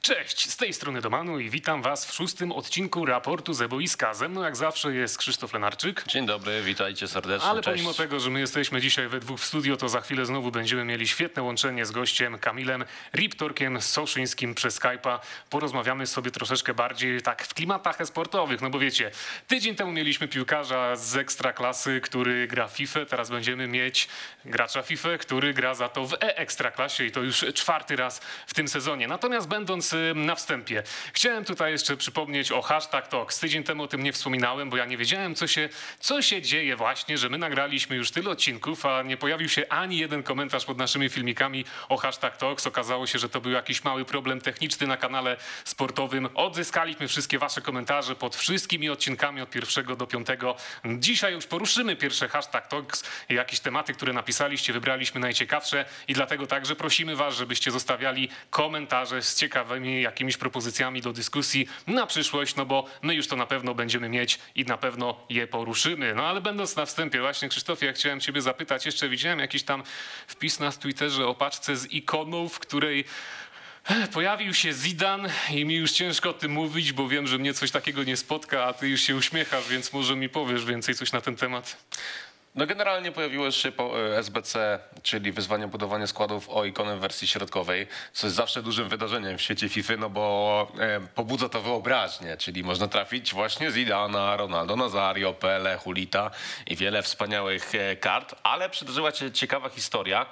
Cześć, z tej strony Domanu i witam was w 6. odcinku raportu ze boiska. Ze mną jak zawsze jest Krzysztof Lenarczyk. Dzień dobry, witajcie serdecznie. Ale Cześć. pomimo tego, że my jesteśmy dzisiaj we dwóch w studio, to za chwilę znowu będziemy mieli świetne łączenie z gościem Kamilem Riptorkiem Soszyńskim przez Skype'a. Porozmawiamy sobie troszeczkę bardziej tak w klimatach e-sportowych, no bo wiecie, tydzień temu mieliśmy piłkarza z Ekstraklasy, który gra w FIFA, teraz będziemy mieć gracza FIFA, który gra za to w E-Ekstraklasie i to już 4. raz w tym sezonie. Natomiast będąc na wstępie, chciałem tutaj jeszcze przypomnieć o hashtag Talks. Tydzień temu o tym nie wspominałem, bo ja nie wiedziałem, co się dzieje właśnie, że my nagraliśmy już tyle odcinków, a nie pojawił się ani jeden komentarz pod naszymi filmikami o hashtag Talks. Okazało się, że to był jakiś mały problem techniczny na kanale sportowym. Odzyskaliśmy wszystkie wasze komentarze pod wszystkimi odcinkami od 1. do 5. Dzisiaj już poruszymy pierwsze hashtag Talks. Jakieś tematy, które napisaliście, wybraliśmy najciekawsze i dlatego także prosimy was, żebyście zostawiali komentarze z ciekawymi jakimiś propozycjami do dyskusji na przyszłość, no bo my już to na pewno będziemy mieć i na pewno je poruszymy. No ale będąc na wstępie, właśnie Krzysztofie, ja chciałem ciebie zapytać, jeszcze widziałem jakiś tam wpis na Twitterze o paczce z ikoną, w której pojawił się Zidane i mi już ciężko o tym mówić, bo wiem, że mnie coś takiego nie spotka, a ty już się uśmiechasz, więc może mi powiesz więcej coś na ten temat. No generalnie pojawiło się po SBC, czyli wyzwanie budowania składów o ikonę w wersji środkowej, co jest zawsze dużym wydarzeniem w świecie FIFA, no bo pobudza to wyobraźnię, czyli można trafić właśnie Zidana, Ronaldo Nazario, Pele, Hulita i wiele wspaniałych kart, ale przydarzyła się ciekawa historia,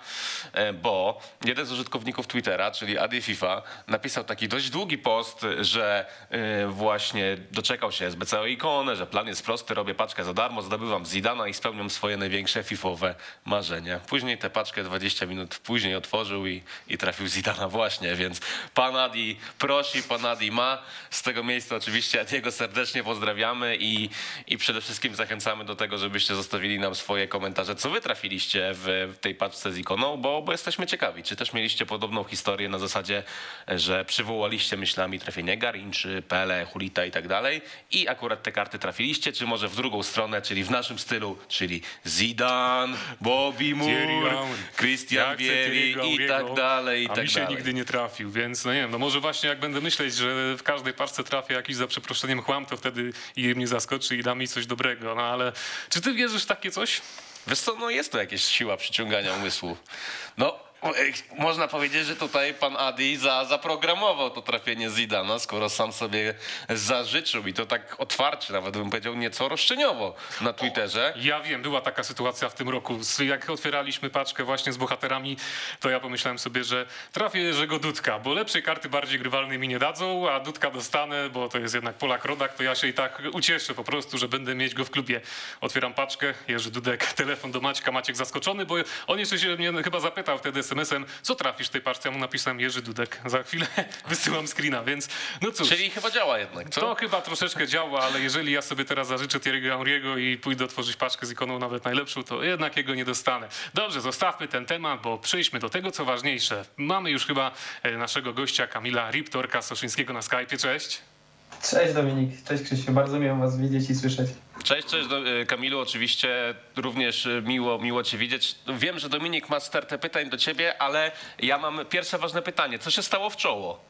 bo jeden z użytkowników Twittera, czyli Adi FIFA, napisał taki dość długi post, że właśnie doczekał się SBC o ikonę, że plan jest prosty, robię paczkę za darmo, zdobywam Zidana i spełniam swoje największe fifowe marzenia. Później tę paczkę 20 minut później otworzył i trafił Zidana właśnie, więc pan Adi prosi, pan Adi ma. Z tego miejsca oczywiście Adiego serdecznie pozdrawiamy i przede wszystkim zachęcamy do tego, żebyście zostawili nam swoje komentarze, co wy trafiliście w tej paczce z ikoną, bo jesteśmy ciekawi. Czy też mieliście podobną historię na zasadzie, że przywołaliście myślami trafienie Garinczy, Pele, Hulita i tak dalej i akurat te karty trafiliście, czy może w drugą stronę, czyli w naszym stylu, czyli Zidane, Bobby Moore, Christian Vieri i tak dalej, i tak dalej. A mi się dalej. nigdy nie trafił, więc no nie wiem, no może właśnie jak będę myśleć, że w każdej paczce trafię jakiś za przeproszeniem chłam, to wtedy i mnie zaskoczy i da mi coś dobrego, no ale czy ty wierzysz w takie coś? Wiesz co, no jest to jakaś siła przyciągania umysłu. No, można powiedzieć, że tutaj pan Adi zaprogramował to trafienie Zidana, skoro sam sobie zażyczył i to tak otwarcie, nawet bym powiedział nieco roszczeniowo na Twitterze. Ja wiem, była taka sytuacja w tym roku. Jak otwieraliśmy paczkę właśnie z bohaterami, to ja pomyślałem sobie, że trafię Jerzego Dudka, bo lepszej karty bardziej grywalnej mi nie dadzą, a Dudka dostanę, bo to jest jednak Polak rodak, to ja się i tak ucieszę po prostu, że będę mieć go w klubie. Otwieram paczkę, Jerzy Dudek, telefon do Maćka, Maciek zaskoczony, bo on jeszcze się mnie chyba zapytał wtedy SMS-em, co trafisz w tej paczce? Ja mu napisałem Jerzy Dudek. Za chwilę wysyłam screena, więc no cóż. Czyli chyba działa jednak, co? To chyba troszeczkę działa, ale jeżeli ja sobie teraz zażyczę Thierry'ego Henry'ego i pójdę otworzyć paczkę z ikoną nawet najlepszą, to jednak jego nie dostanę. Dobrze, zostawmy ten temat, bo przejdźmy do tego, co ważniejsze. Mamy już chyba naszego gościa Kamila Riptorka Soszyńskiego na Skype'ie. Cześć. Cześć Dominik, cześć Krzysiu, bardzo miło was widzieć i słyszeć. Cześć Kamilu, oczywiście również miło cię widzieć. Wiem, że Dominik ma stertę pytań do ciebie, ale ja mam pierwsze ważne pytanie. Co się stało w czoło?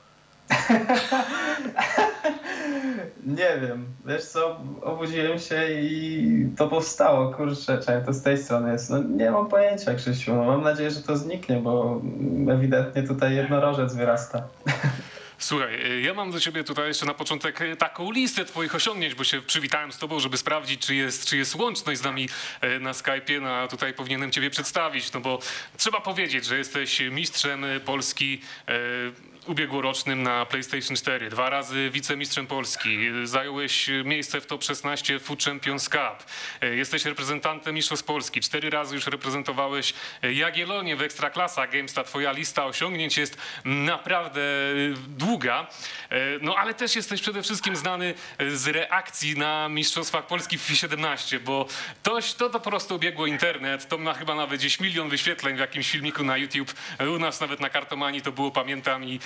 Nie wiem, wiesz co, obudziłem się i to powstało, kurczę, czekaj, to z tej strony jest. No nie mam pojęcia, Krzysiu, no, mam nadzieję, że to zniknie, bo ewidentnie tutaj jednorożec wyrasta. Słuchaj, ja mam do ciebie tutaj jeszcze na początek taką listę twoich osiągnięć, bo się przywitałem z tobą, żeby sprawdzić, czy jest łączność z nami na Skype'ie. No, tutaj powinienem ciebie przedstawić, no bo trzeba powiedzieć, że jesteś mistrzem Polski ubiegłorocznym na PlayStation 4, 2 razy wicemistrzem Polski, zająłeś miejsce w top 16 Food Champions Cup, jesteś reprezentantem mistrzostw Polski, 4 razy już reprezentowałeś Jagiellonię w Ekstraklasach Games. Ta twoja lista osiągnięć jest naprawdę długa, no ale też jesteś przede wszystkim znany z reakcji na mistrzostwach Polski w FIFA 17, bo to po prostu obiegło internet, to ma chyba nawet gdzieś 1 000 000 wyświetleń w jakimś filmiku na YouTube, u nas nawet na Kartomanii to było, pamiętam,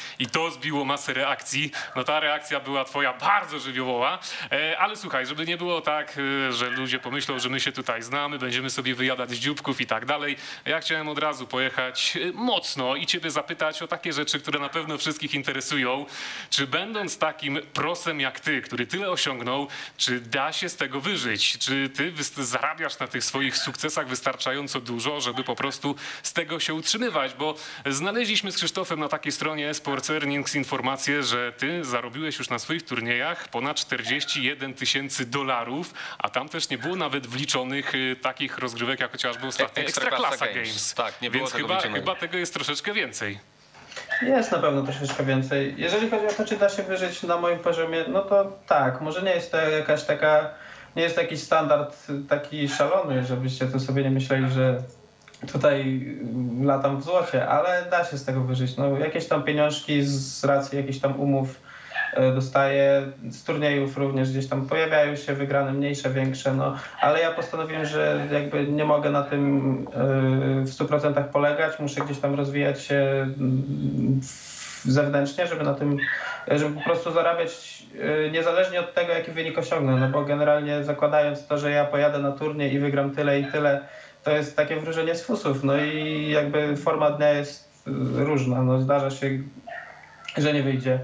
i to zbiło masę reakcji. No ta reakcja była twoja bardzo żywiołowa, ale słuchaj, żeby nie było tak, że ludzie pomyślą, że my się tutaj znamy, będziemy sobie wyjadać z dzióbków i tak dalej. Ja chciałem od razu pojechać mocno i ciebie zapytać o takie rzeczy, które na pewno wszystkich interesują. Czy będąc takim prosem jak ty, który tyle osiągnął, czy da się z tego wyżyć? Czy ty zarabiasz na tych swoich sukcesach wystarczająco dużo, żeby po prostu z tego się utrzymywać? Bo znaleźliśmy z Krzysztofem na takiej stronie Sports Earnings informację, że ty zarobiłeś już na swoich turniejach ponad 41 000 dolarów, a tam też nie było nawet wliczonych takich rozgrywek jak chociażby ostatnio Ekstraklasa Games. Tak, nie było Więc tego chyba tego jest troszeczkę więcej. Jest na pewno troszeczkę więcej. Jeżeli chodzi o to, czy da się wyżyć na moim poziomie, no to tak, może nie jest to jakaś taka, nie jest to jakiś standard taki szalony, żebyście tu sobie nie myśleli, że tutaj latam w złocie, ale da się z tego wyżyć. No, jakieś tam pieniążki z racji jakichś tam umów dostaję, z turniejów również gdzieś tam pojawiają się wygrane, mniejsze, większe, no, ale ja postanowiłem, że jakby nie mogę na tym w 100% polegać, muszę gdzieś tam rozwijać się zewnętrznie, żeby na tym, żeby po prostu zarabiać niezależnie od tego, jaki wynik osiągnę, no bo generalnie zakładając to, że ja pojadę na turniej i wygram tyle i tyle, to jest takie wróżenie z fusów, no i jakby forma dnia jest różna, no zdarza się, że nie wyjdzie.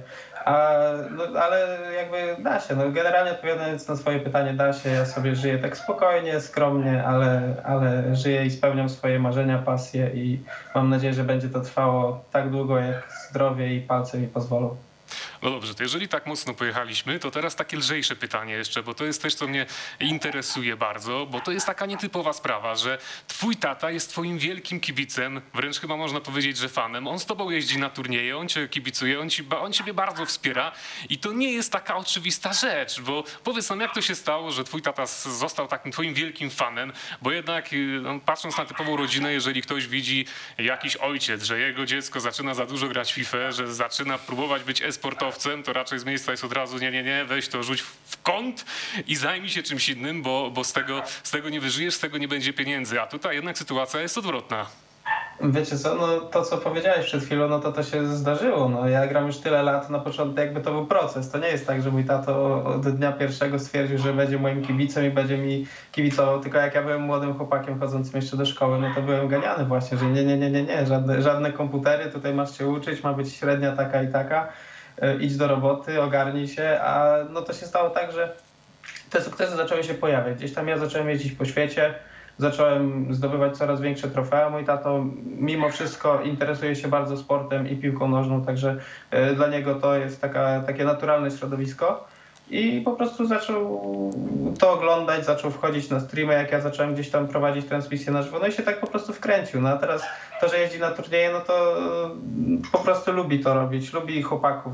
No, ale jakby da się, no generalnie odpowiadając na swoje pytanie, da się, ja sobie żyję tak spokojnie, skromnie, ale żyję i spełniam swoje marzenia, pasje i mam nadzieję, że będzie to trwało tak długo, jak zdrowie i palce mi pozwolą. No dobrze, to jeżeli tak mocno pojechaliśmy, to teraz takie lżejsze pytanie jeszcze, bo to jest też, co mnie interesuje bardzo, bo to jest taka nietypowa sprawa, że twój tata jest twoim wielkim kibicem, wręcz chyba można powiedzieć, że fanem. On z tobą jeździ na turnieje, on cię kibicuje, on ciebie bardzo wspiera i to nie jest taka oczywista rzecz, bo powiedz nam, jak to się stało, że twój tata został takim twoim wielkim fanem, bo jednak no, patrząc na typową rodzinę, jeżeli ktoś widzi jakiś ojciec, że jego dziecko zaczyna za dużo grać w FIFA, że zaczyna próbować być e-sportowcem, to raczej z miejsca jest od razu nie, weź to rzuć w kąt i zajmij się czymś innym, bo z tego nie wyżyjesz, z tego nie będzie pieniędzy. A tutaj jednak sytuacja jest odwrotna. Wiecie co, no to co powiedziałeś przed chwilą, no to się zdarzyło. No ja gram już tyle lat, na początku jakby to był proces. To nie jest tak, że mój tato od dnia pierwszego stwierdził, że będzie moim kibicem i będzie mi kibicował. Tylko jak ja byłem młodym chłopakiem chodzącym jeszcze do szkoły, no to byłem ganiany właśnie, że nie, żadne komputery, tutaj masz się uczyć, ma być średnia taka i taka. Idź do roboty, ogarnij się, a no to się stało tak, że te sukcesy zaczęły się pojawiać. Gdzieś tam ja zacząłem jeździć po świecie, zacząłem zdobywać coraz większe trofea. Mój tato mimo wszystko interesuje się bardzo sportem i piłką nożną, także dla niego to jest takie naturalne środowisko. I po prostu zaczął to oglądać, zaczął wchodzić na streamy, jak ja zacząłem gdzieś tam prowadzić transmisję na żywo, no i się tak po prostu wkręcił. No a teraz to, że jeździ na turnieje, no to po prostu lubi to robić, lubi chłopaków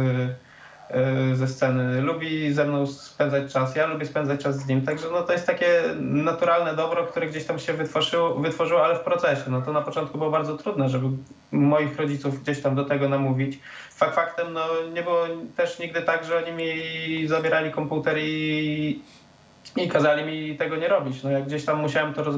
ze sceny, lubi ze mną spędzać czas, ja lubię spędzać czas z nim, także no to jest takie naturalne dobro, które gdzieś tam się wytworzyło, ale w procesie. No to na początku było bardzo trudne, żeby moich rodziców gdzieś tam do tego namówić. Faktem, no nie było też nigdy tak, że oni mi zabierali komputer i kazali mi tego nie robić. No jak gdzieś tam musiałem to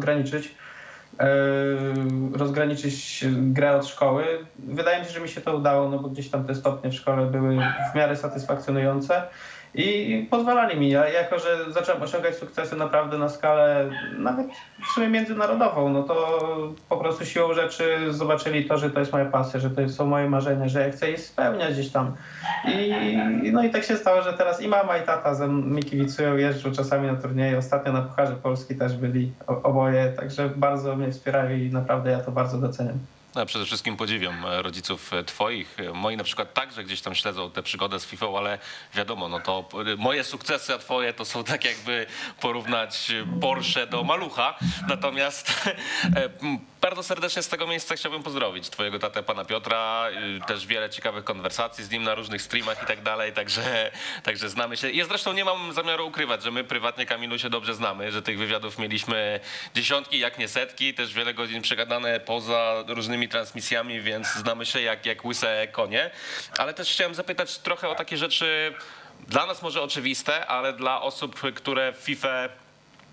rozgraniczyć grę od szkoły. Wydaje mi się, że mi się to udało, no bo gdzieś tam te stopnie w szkole były w miarę satysfakcjonujące i pozwalali mi. Ja jako, że zacząłem osiągać sukcesy naprawdę na skalę nawet w sumie międzynarodową, no to po prostu siłą rzeczy zobaczyli to, że to jest moja pasja, że to są moje marzenia, że ja chcę je spełniać gdzieś tam. No i tak się stało, że teraz i mama i tata mi kibicują, jeżdżą czasami na turnieje. Ostatnio na Pucharze Polski też byli oboje, także bardzo mnie wspierają i naprawdę ja to bardzo doceniam. No, przede wszystkim podziwiam rodziców twoich. Moi na przykład także gdzieś tam śledzą tę przygodę z FIFA, ale wiadomo, no to moje sukcesy, a twoje to są tak jakby porównać Porsche do malucha. Natomiast bardzo serdecznie z tego miejsca chciałbym pozdrowić twojego tatę, pana Piotra. Też wiele ciekawych konwersacji z nim na różnych streamach i tak dalej, także znamy się. Ja zresztą nie mam zamiaru ukrywać, że my prywatnie, Kamilu, się dobrze znamy, że tych wywiadów mieliśmy dziesiątki, jak nie setki, też wiele godzin przegadane poza różnymi transmisjami, więc znamy się jak łyse konie. Ale też chciałem zapytać trochę o takie rzeczy dla nas może oczywiste, ale dla osób, które w FIFA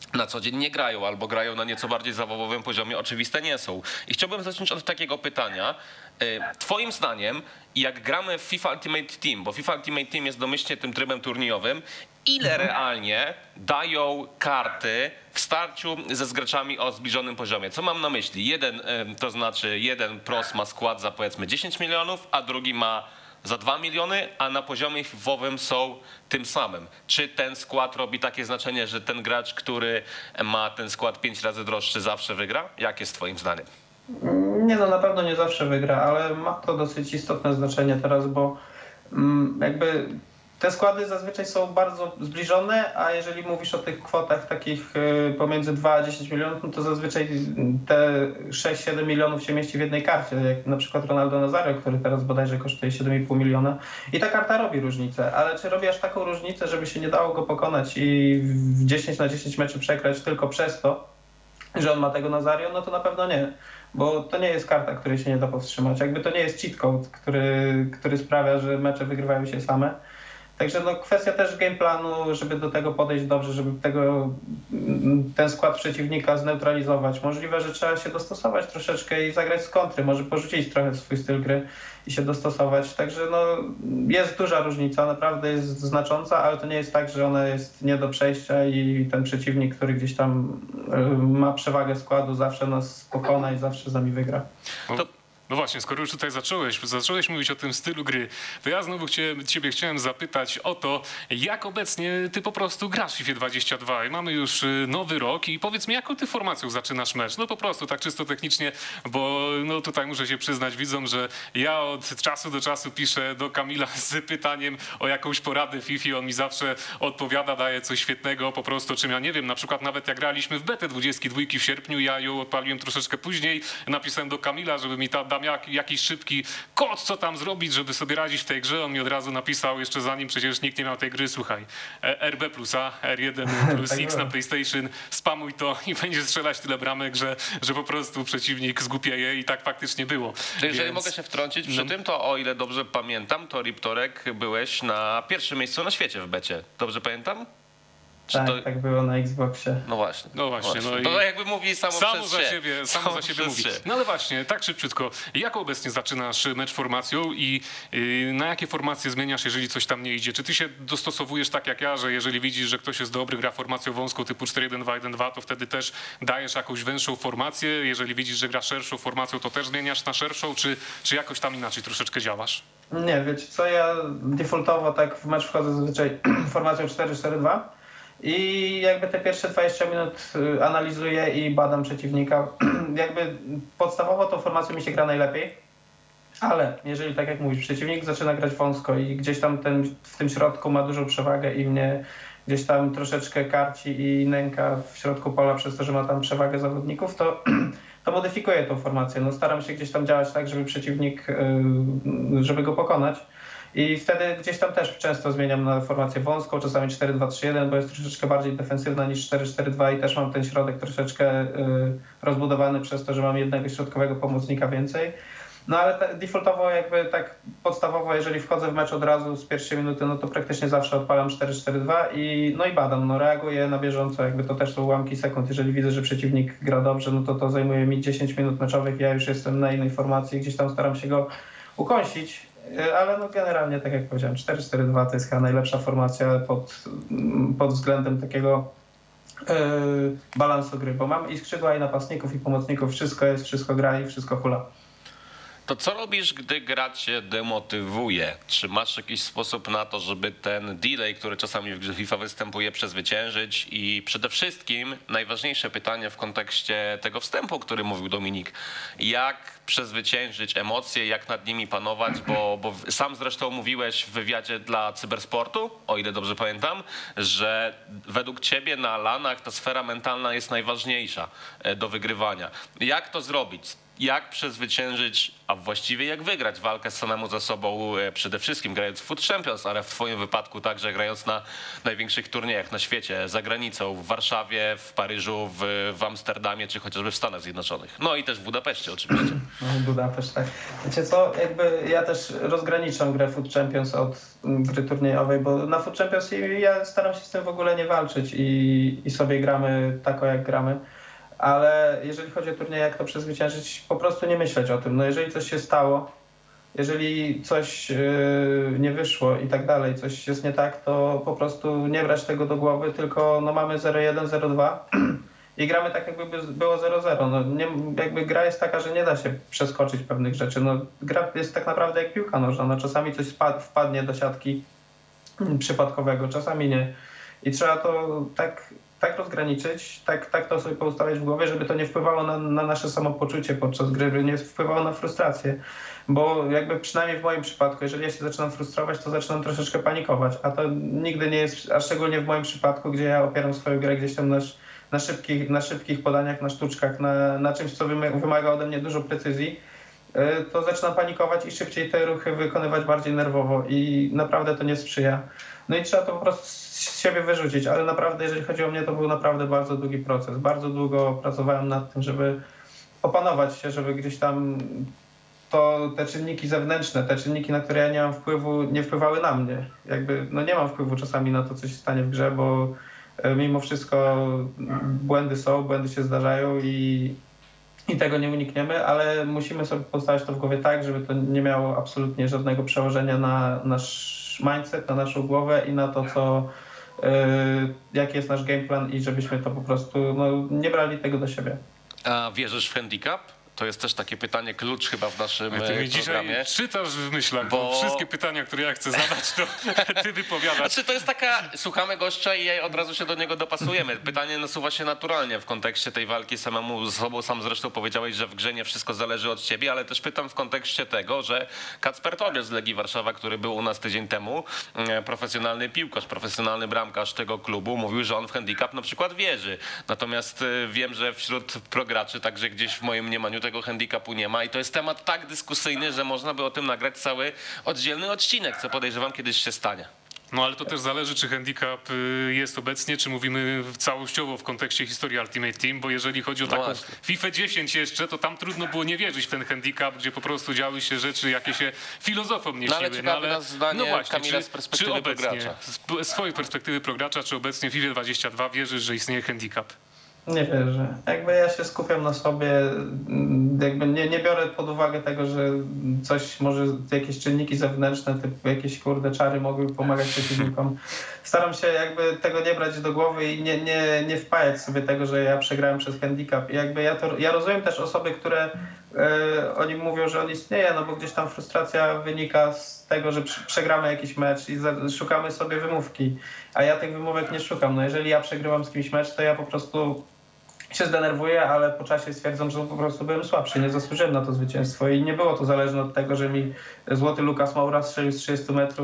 na co dzień nie grają albo grają na nieco bardziej zawodowym poziomie, oczywiste nie są. I chciałbym zacząć od takiego pytania. Twoim zdaniem, jak gramy w FIFA Ultimate Team, bo FIFA Ultimate Team jest domyślnie tym trybem turniejowym, ile realnie dają karty w starciu ze zgraczami o zbliżonym poziomie? Co mam na myśli? To znaczy jeden pros ma skład za powiedzmy 10 milionów, a drugi ma za 2 miliony, a na poziomie FIFA-owym są tym samym. Czy ten skład robi takie znaczenie, że ten gracz, który ma ten skład 5 razy droższy, zawsze wygra? Jak jest twoim zdaniem? Nie no, na pewno nie zawsze wygra, ale ma to dosyć istotne znaczenie teraz, bo jakby te składy zazwyczaj są bardzo zbliżone, a jeżeli mówisz o tych kwotach takich pomiędzy 2 a 10 milionów, no to zazwyczaj te 6-7 milionów się mieści w jednej karcie, jak na przykład Ronaldo Nazario, który teraz bodajże kosztuje 7,5 miliona i ta karta robi różnicę, ale czy robi aż taką różnicę, żeby się nie dało go pokonać i w 10 na 10 meczy przegrać tylko przez to, że on ma tego Nazario, no to na pewno nie. Bo to nie jest karta, której się nie da powstrzymać. Jakby to nie jest cheat code, który sprawia, że mecze wygrywają się same. Także no, kwestia też gameplanu, żeby do tego podejść dobrze, żeby ten skład przeciwnika zneutralizować. Możliwe, że trzeba się dostosować troszeczkę i zagrać z kontry, może porzucić trochę swój styl gry i się dostosować. Także no, jest duża różnica, naprawdę jest znacząca, ale to nie jest tak, że ona jest nie do przejścia i ten przeciwnik, który gdzieś tam ma przewagę składu, zawsze nas pokona i zawsze z nami wygra. No właśnie, skoro już tutaj zacząłeś mówić o tym stylu gry, to ja znowu ciebie chciałem zapytać o to, jak obecnie ty po prostu grasz w FIFA 22 i mamy już nowy rok i powiedz mi, jaką ty formacją zaczynasz mecz? No po prostu, tak czysto technicznie, bo no tutaj muszę się przyznać widzom, że ja od czasu do czasu piszę do Kamila z pytaniem o jakąś poradę FIFA, on mi zawsze odpowiada, daje coś świetnego, po prostu, czym ja nie wiem, na przykład nawet jak graliśmy w betę 22 w sierpniu, ja ją odpaliłem troszeczkę później, napisałem do Kamila, żeby mi dam jakiś szybki kod, co tam zrobić, żeby sobie radzić w tej grze. On mi od razu napisał, jeszcze zanim przecież nikt nie miał tej gry, słuchaj, RB plus A, R1 plus Tak X na było. PlayStation, spamuj to i będzie strzelać tyle bramek, że po prostu przeciwnik zgłupieje i tak faktycznie było. To jeżeli Więc- mogę się wtrącić przy tym, to o ile dobrze pamiętam, to Riptorek byłeś na pierwszym miejscu na świecie w becie. Dobrze pamiętam? Czy Tak, to... tak było na Xboxie. No właśnie. No właśnie, no i- To jakby mówi samo przez się. Samo za siebie mówi. No ale właśnie, tak szybciutko. Jak obecnie zaczynasz mecz formacją i na jakie formacje zmieniasz, jeżeli coś tam nie idzie? Czy ty się dostosowujesz tak jak ja, że jeżeli widzisz, że ktoś jest dobry, gra formacją wąską typu 4-1-2-1-2, to wtedy też dajesz jakąś węższą formację? Jeżeli widzisz, że gra szerszą formacją, to też zmieniasz na szerszą, czy jakoś tam inaczej troszeczkę działasz? Nie, wiecie co, ja defaultowo tak w mecz wchodzę zazwyczaj formacją 4-4-2 i jakby te pierwsze 20 minut analizuję i badam przeciwnika. Jakby podstawowo tą formacją mi się gra najlepiej, ale jeżeli tak jak mówisz, przeciwnik zaczyna grać wąsko i gdzieś tam w tym środku ma dużą przewagę i mnie gdzieś tam troszeczkę karci i nęka w środku pola przez to, że ma tam przewagę zawodników, to modyfikuję tą formację. No, staram się gdzieś tam działać tak, żeby przeciwnik, żeby go pokonać. I wtedy gdzieś tam też często zmieniam na formację wąską, czasami 4-2-3-1, bo jest troszeczkę bardziej defensywna niż 4-4-2 i też mam ten środek troszeczkę rozbudowany przez to, że mam jednego środkowego pomocnika więcej. No ale defaultowo jakby tak podstawowo, jeżeli wchodzę w mecz od razu z pierwszej minuty, no to praktycznie zawsze odpalam 4-4-2 i badam, no reaguję na bieżąco, jakby to też są ułamki sekund. Jeżeli widzę, że przeciwnik gra dobrze, no to zajmuje mi 10 minut meczowych, ja już jestem na innej formacji, gdzieś tam staram się go ukąsić, ale no generalnie, tak jak powiedziałem, 4-4-2 to jest chyba najlepsza formacja pod względem takiego balansu gry, bo mam i skrzydła, i napastników, i pomocników, wszystko gra i wszystko hula. To co robisz, gdy gra cię demotywuje? Czy masz jakiś sposób na to, żeby ten delay, który czasami w grze FIFA występuje, przezwyciężyć? I przede wszystkim najważniejsze pytanie w kontekście tego wstępu, o którym mówił Dominik. Jak przezwyciężyć emocje, jak nad nimi panować? Bo sam zresztą mówiłeś w wywiadzie dla Cybersportu, o ile dobrze pamiętam, że według ciebie na lanach ta sfera mentalna jest najważniejsza do wygrywania. Jak to zrobić? jak przezwyciężyć, a właściwie jak wygrać walkę samemu ze sobą, przede wszystkim grając w Food Champions, ale w twoim wypadku także grając na największych turniejach na świecie, za granicą, w Warszawie, w Paryżu, w Amsterdamie, czy chociażby w Stanach Zjednoczonych. No i też w Budapeszcie oczywiście. No, Budapeszt, tak. Wiecie co, jakby ja też rozgraniczam grę Food Champions od gry turniejowej, bo na Food Champions ja staram się z tym w ogóle nie walczyć i sobie gramy tako jak gramy. Ale jeżeli chodzi o turniej, jak to przezwyciężyć, po prostu nie myśleć o tym. No jeżeli coś się stało, jeżeli coś nie wyszło i tak dalej, coś jest nie tak, to po prostu nie brać tego do głowy, tylko no mamy 0-1, 0-2 i gramy tak, jakby było 0-0. No nie, jakby gra jest taka, że nie da się przeskoczyć pewnych rzeczy. No, gra jest tak naprawdę jak piłka nożna. No, czasami coś wpadnie do siatki przypadkowego, czasami nie. I trzeba to tak rozgraniczyć, tak to sobie poustawiać w głowie, żeby to nie wpływało na nasze samopoczucie podczas gry, żeby nie wpływało na frustrację. Bo jakby przynajmniej w moim przypadku, jeżeli ja się zaczynam frustrować, to zaczynam troszeczkę panikować, a to nigdy nie jest, a szczególnie w moim przypadku, gdzie ja opieram swoją grę gdzieś tam na szybkich podaniach, na sztuczkach, na czymś, co wymaga ode mnie dużo precyzji, to zaczynam panikować i szybciej te ruchy wykonywać bardziej nerwowo i naprawdę to nie sprzyja. No i trzeba to po prostu z siebie wyrzucić, ale naprawdę, jeżeli chodzi o mnie, to był naprawdę bardzo długi proces. Bardzo długo pracowałem nad tym, żeby opanować się, żeby gdzieś tam te czynniki zewnętrzne, te czynniki, na które ja nie mam wpływu, nie wpływały na mnie. Jakby, no nie mam wpływu czasami na to, co się stanie w grze, bo mimo wszystko błędy się zdarzają i tego nie unikniemy, ale musimy sobie postawić to w głowie tak, żeby to nie miało absolutnie żadnego przełożenia na nasz mindset, na naszą głowę i na to, jaki jest nasz game plan i żebyśmy to po prostu nie brali tego do siebie. A wierzysz w handicap? To jest też takie pytanie klucz chyba w naszym Ty mi programie. dzisiaj czytasz w myślach, bo wszystkie pytania, które ja chcę zadać, to ty wypowiadasz. Znaczy to jest taka, słuchamy gościa i od razu się do niego dopasujemy. Pytanie nasuwa się naturalnie w kontekście tej walki samemu ze sobą. Sam zresztą powiedziałeś, że w grze nie wszystko zależy od ciebie, ale też pytam w kontekście tego, że Kacper Tobias z Legii Warszawa, który był u nas tydzień temu, profesjonalny piłkarz, profesjonalny bramkarz tego klubu, mówił, że on w handicap na przykład wierzy. Natomiast wiem, że wśród prograczy także gdzieś w moim mniemaniu tego handicapu nie ma i to jest temat tak dyskusyjny, że można by o tym nagrać cały oddzielny odcinek, co podejrzewam kiedyś się stanie. No ale to też zależy, czy handicap jest obecnie, czy mówimy całościowo w kontekście historii Ultimate Team, bo jeżeli chodzi o taką właśnie. FIFA 10 jeszcze, to tam trudno było nie wierzyć w ten handicap, gdzie po prostu działy się rzeczy, jakie się filozofom nie No ale śniły. ciekawe nas zdanie Kamila z perspektywy czy obecnie, progracza. z swojej perspektywy progracza, czy obecnie w FIFA 22 wierzysz, że istnieje handicap? Nie wierzę. Jakby ja się skupiam na sobie, jakby nie biorę pod uwagę tego, że coś może, jakieś czynniki zewnętrzne, typu jakieś kurde czary mogły pomagać przeciwnikom. Staram się jakby tego nie brać do głowy i nie wpajać sobie tego, że ja przegrałem przez handicap. I jakby ja rozumiem też osoby, które oni mówią, że on istnieje, no bo gdzieś tam frustracja wynika z tego, że przegramy jakiś mecz i szukamy sobie wymówki, a ja tych wymówek nie szukam. No jeżeli ja przegrywam z kimś mecz, to ja po prostu się zdenerwuję, ale po czasie stwierdzam, że po prostu byłem słabszy, nie zasłużyłem na to zwycięstwo i nie było to zależne od tego, że mi złoty Lukas Moura strzelił z 30 metrów,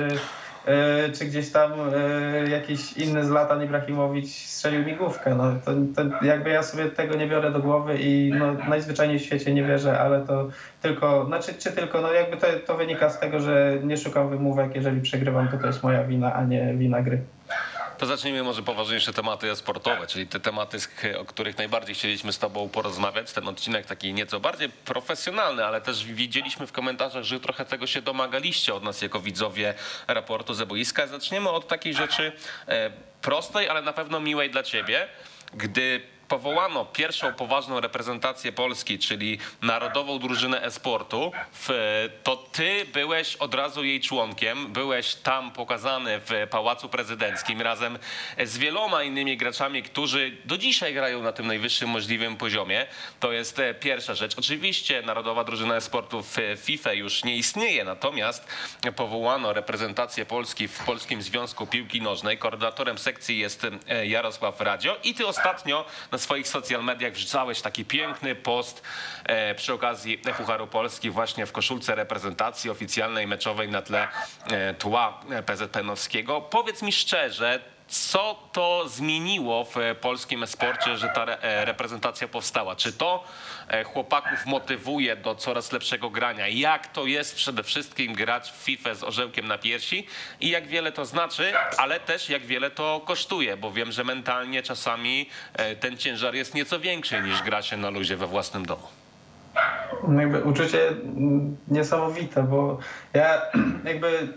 czy gdzieś tam jakiś inny Zlatan Ibrahimowicz strzelił mi główkę. No, to jakby ja sobie tego nie biorę do głowy i no, najzwyczajniej w świecie nie wierzę, ale to tylko, no jakby to wynika z tego, że nie szukam wymówek, jeżeli przegrywam, to jest moja wina, a nie wina gry. To zacznijmy może poważniejsze tematy sportowe, czyli te tematy, o których najbardziej chcieliśmy z tobą porozmawiać. Ten odcinek taki nieco bardziej profesjonalny, ale też widzieliśmy w komentarzach, że trochę tego się domagaliście od nas jako widzowie raportu ze boiska. Zaczniemy od takiej rzeczy prostej, ale na pewno miłej dla ciebie. Gdy powołano pierwszą poważną reprezentację Polski, czyli Narodową Drużynę E-Sportu, to ty byłeś od razu jej członkiem, byłeś tam pokazany w Pałacu Prezydenckim razem z wieloma innymi graczami, którzy do dzisiaj grają na tym najwyższym możliwym poziomie. To jest pierwsza rzecz. Oczywiście Narodowa Drużyna E-Sportu w FIFA już nie istnieje, natomiast powołano reprezentację Polski w Polskim Związku Piłki Nożnej. Koordynatorem sekcji jest Jarosław Radzio i ty ostatnio na swoich social mediach wrzucałeś taki piękny post przy okazji Pucharu Polski właśnie w koszulce reprezentacji oficjalnej, meczowej na tle tła PZPN-owskiego. Powiedz mi szczerze, Co to zmieniło w polskim e-sporcie, że ta reprezentacja powstała? Czy to chłopaków motywuje do coraz lepszego grania? Jak to jest przede wszystkim grać w FIFA z orzełkiem na piersi i jak wiele to znaczy, ale też jak wiele to kosztuje, bo wiem, że mentalnie czasami ten ciężar jest nieco większy niż gra się na luzie we własnym domu. No jakby uczucie niesamowite, bo ja jakby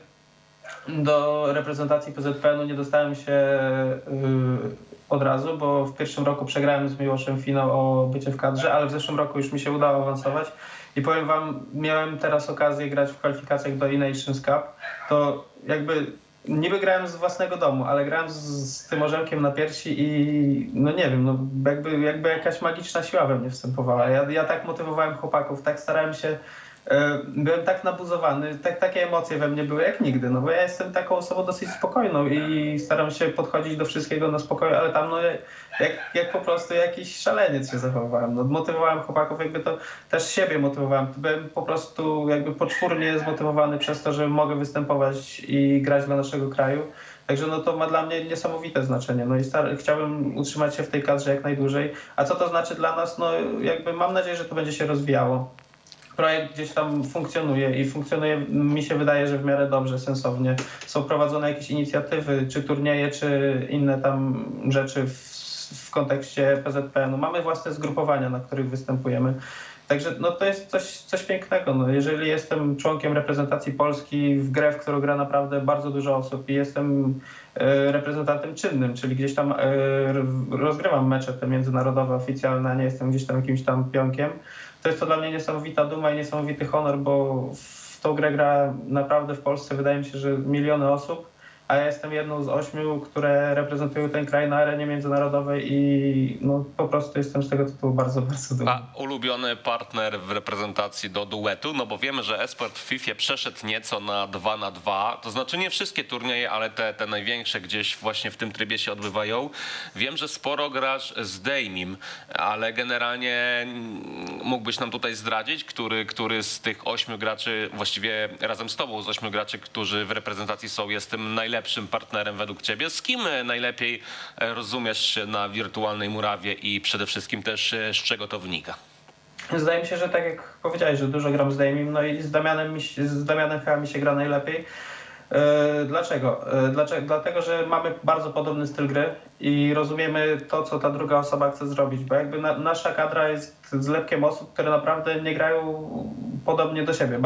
do reprezentacji PZPN-u nie dostałem się od razu, bo w pierwszym roku przegrałem z Miłoszem finał o bycie w kadrze, ale w zeszłym roku już mi się udało awansować i powiem wam, miałem teraz okazję grać w kwalifikacjach do E-Nations Cup, to jakby niby grałem z własnego domu, ale grałem z tym orzełkiem na piersi i no nie wiem, no jakby jakaś magiczna siła we mnie wstępowała. Ja tak motywowałem chłopaków, tak starałem się, byłem tak nabuzowany, takie emocje we mnie były jak nigdy, no bo ja jestem taką osobą dosyć spokojną i staram się podchodzić do wszystkiego na spokoju, ale tam no jak po prostu jakiś szaleniec się zachowywałem. No, motywowałem chłopaków, jakby to też siebie motywowałem. Byłem po prostu jakby poczwórnie zmotywowany przez to, że mogę występować i grać dla naszego kraju. Także no to ma dla mnie niesamowite znaczenie. No i chciałbym utrzymać się w tej kadrze jak najdłużej. A co to znaczy dla nas? No jakby mam nadzieję, że to będzie się rozwijało. Projekt gdzieś tam funkcjonuje i funkcjonuje, mi się wydaje, że w miarę dobrze, sensownie. Są prowadzone jakieś inicjatywy, czy turnieje, czy inne tam rzeczy w kontekście PZPN-u. Mamy własne zgrupowania, na których występujemy. Także no to jest coś pięknego. No, jeżeli jestem członkiem reprezentacji Polski w grę, w którą gra naprawdę bardzo dużo osób i jestem reprezentantem czynnym, czyli gdzieś tam rozgrywam mecze te międzynarodowe, oficjalne, a nie jestem gdzieś tam jakimś tam pionkiem, to jest to dla mnie niesamowita duma i niesamowity honor, bo w tą grę gra naprawdę w Polsce wydaje mi się, że miliony osób, a ja jestem jedną z 8, które reprezentują ten kraj na arenie międzynarodowej i no, po prostu jestem z tego tytułu bardzo, bardzo dumny. A ulubiony partner w reprezentacji do duetu? No bo wiemy, że esport w FIFA przeszedł nieco na 2-2, to znaczy nie wszystkie turnieje, ale te największe gdzieś właśnie w tym trybie się odbywają. Wiem, że sporo grasz z Damim, ale generalnie mógłbyś nam tutaj zdradzić, który z tych 8 graczy, właściwie razem z tobą z 8 graczy, którzy w reprezentacji są, jest tym najlepszym partnerem według ciebie? Z kim najlepiej rozumiesz się na wirtualnej murawie i przede wszystkim też z czego to wynika? Zdaje mi się, że tak jak powiedziałeś, że dużo gram z Damiem, no i z Damianem chyba mi się gra najlepiej. Dlaczego? Dlatego, że mamy bardzo podobny styl gry i rozumiemy to, co ta druga osoba chce zrobić, bo jakby nasza kadra jest zlepkiem osób, które naprawdę nie grają podobnie do siebie.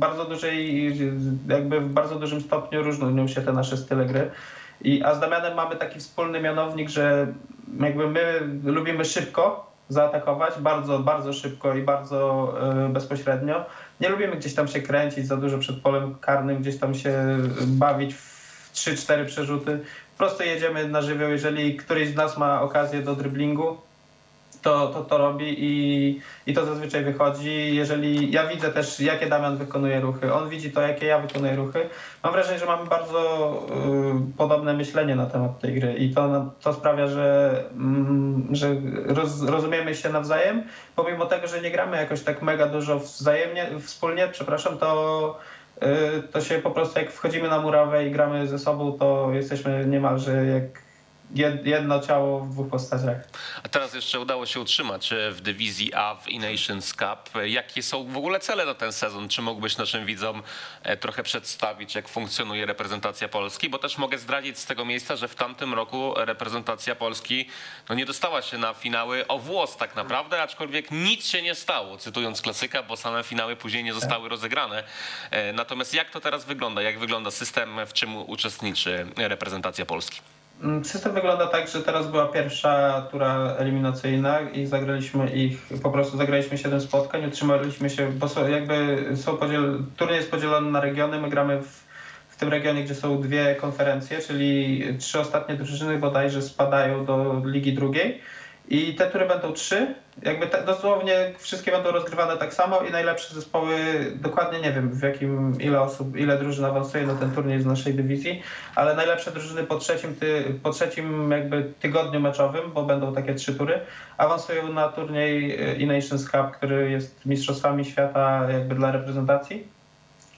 W bardzo dużym stopniu różnią się te nasze style gry. A z Damianem mamy taki wspólny mianownik, że jakby my lubimy szybko zaatakować, bardzo, bardzo szybko i bardzo bezpośrednio. Nie lubimy gdzieś tam się kręcić za dużo przed polem karnym, gdzieś tam się bawić w 3-4 przerzuty. Po prostu jedziemy na żywioł. Jeżeli któryś z nas ma okazję do driblingu, to robi i to zazwyczaj wychodzi. Jeżeli ja widzę też, jakie Damian wykonuje ruchy, on widzi to, jakie ja wykonuję ruchy. Mam wrażenie, że mamy bardzo podobne myślenie na temat tej gry i to sprawia, że rozumiemy się nawzajem. Pomimo tego, że nie gramy jakoś tak mega dużo wspólnie, to się po prostu jak wchodzimy na murawę i gramy ze sobą, to jesteśmy niemalże jak jedno ciało w dwóch postaciach. A teraz jeszcze udało się utrzymać w dywizji A w E-Nations Cup. Jakie są w ogóle cele na ten sezon? Czy mógłbyś naszym widzom trochę przedstawić, jak funkcjonuje reprezentacja Polski? Bo też mogę zdradzić z tego miejsca, że w tamtym roku reprezentacja Polski no nie dostała się na finały o włos tak naprawdę, aczkolwiek nic się nie stało, cytując klasyka, bo same finały później nie zostały rozegrane. Natomiast jak to teraz wygląda? Jak wygląda system, w czym uczestniczy reprezentacja Polski? System wygląda tak, że teraz była pierwsza tura eliminacyjna i zagraliśmy 7 spotkań, utrzymaliśmy się, bo turniej jest podzielony na regiony, my gramy w tym regionie, gdzie są 2 konferencje, czyli 3 ostatnie drużyny bodajże spadają do ligi drugiej i te tury będą 3, jakby dosłownie wszystkie będą rozgrywane tak samo i najlepsze zespoły, dokładnie nie wiem ile drużyn awansuje na ten turniej z naszej dywizji, ale najlepsze drużyny po trzecim jakby tygodniu meczowym, bo będą takie 3 tury, awansują na turniej E-Nations Cup, który jest mistrzostwami świata jakby dla reprezentacji.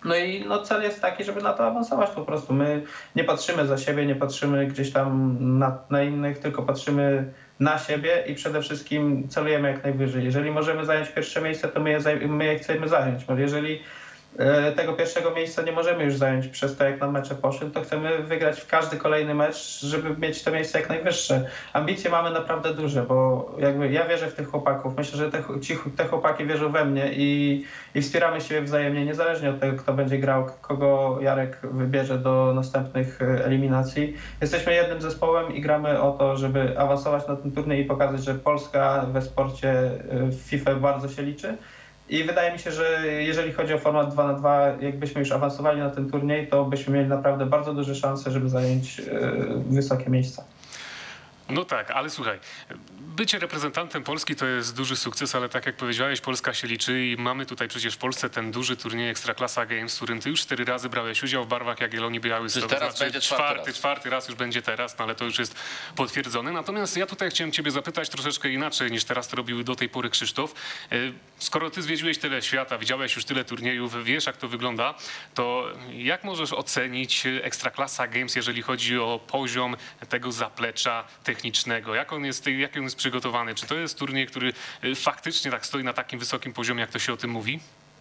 No i no, cel jest taki, żeby na to awansować po prostu. My nie patrzymy za siebie, nie patrzymy gdzieś tam na innych, tylko patrzymy na siebie i przede wszystkim celujemy jak najwyżej. Jeżeli możemy zająć pierwsze miejsce, to my je chcemy zająć. Bo jeżeli tego pierwszego miejsca nie możemy już zająć przez to, jak nam mecze poszły, to chcemy wygrać w każdy kolejny mecz, żeby mieć to miejsce jak najwyższe. Ambicje mamy naprawdę duże, bo jakby ja wierzę w tych chłopaków. Myślę, że te chłopaki wierzą we mnie i wspieramy siebie wzajemnie, niezależnie od tego, kto będzie grał, kogo Jarek wybierze do następnych eliminacji. Jesteśmy jednym zespołem i gramy o to, żeby awansować na ten turniej i pokazać, że Polska we sporcie w FIFA bardzo się liczy. I wydaje mi się, że jeżeli chodzi o format 2 na 2, jakbyśmy już awansowali na ten turniej, to byśmy mieli naprawdę bardzo duże szanse, żeby zająć wysokie miejsca. No tak, ale słuchaj, bycie reprezentantem Polski to jest duży sukces, ale tak jak powiedziałeś, Polska się liczy i mamy tutaj przecież w Polsce ten duży turniej Ekstraklasa Games, w którym ty już 4 razy brałeś udział w barwach Jagiellonii Białystok. Teraz będzie czwarty raz już będzie teraz, no ale to już jest potwierdzone. Natomiast ja tutaj chciałem ciebie zapytać troszeczkę inaczej niż teraz to robił do tej pory Krzysztof. Skoro ty zwiedziłeś tyle świata, widziałeś już tyle turniejów, wiesz jak to wygląda, to jak możesz ocenić Ekstraklasa Games, jeżeli chodzi o poziom tego zaplecza technicznego? Jak on jest przygotowany? Czy to jest turniej, który faktycznie tak stoi na takim wysokim poziomie, jak to się o tym mówi?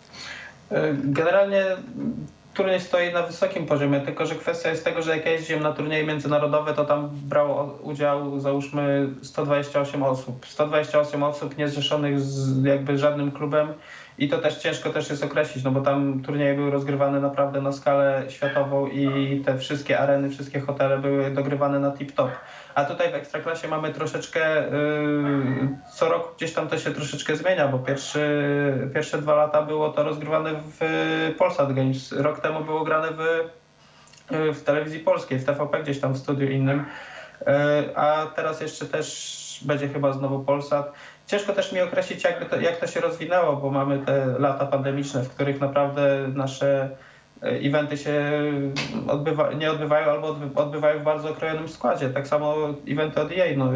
Generalnie turniej stoi na wysokim poziomie, tylko że kwestia jest tego, że jak ja jeździłem na turnieje międzynarodowe, to tam brało udział załóżmy 128 osób. 128 osób niezrzeszonych z jakby żadnym klubem i to też ciężko też jest określić, no bo tam turnieje były rozgrywane naprawdę na skalę światową i te wszystkie areny, wszystkie hotele były dogrywane na tip-top. A tutaj w Ekstraklasie mamy troszeczkę, co roku gdzieś tam to się troszeczkę zmienia, bo pierwsze 2 lata było to rozgrywane w Polsat Games. Rok temu było grane w telewizji polskiej, w TVP gdzieś tam w studiu innym, a teraz jeszcze też będzie chyba znowu Polsat. Ciężko też mi określić, jak to się rozwinęło, bo mamy te lata pandemiczne, w których naprawdę nasze eventy się nie odbywają albo odbywają w bardzo okrojonym składzie. Tak samo eventy od EA. No,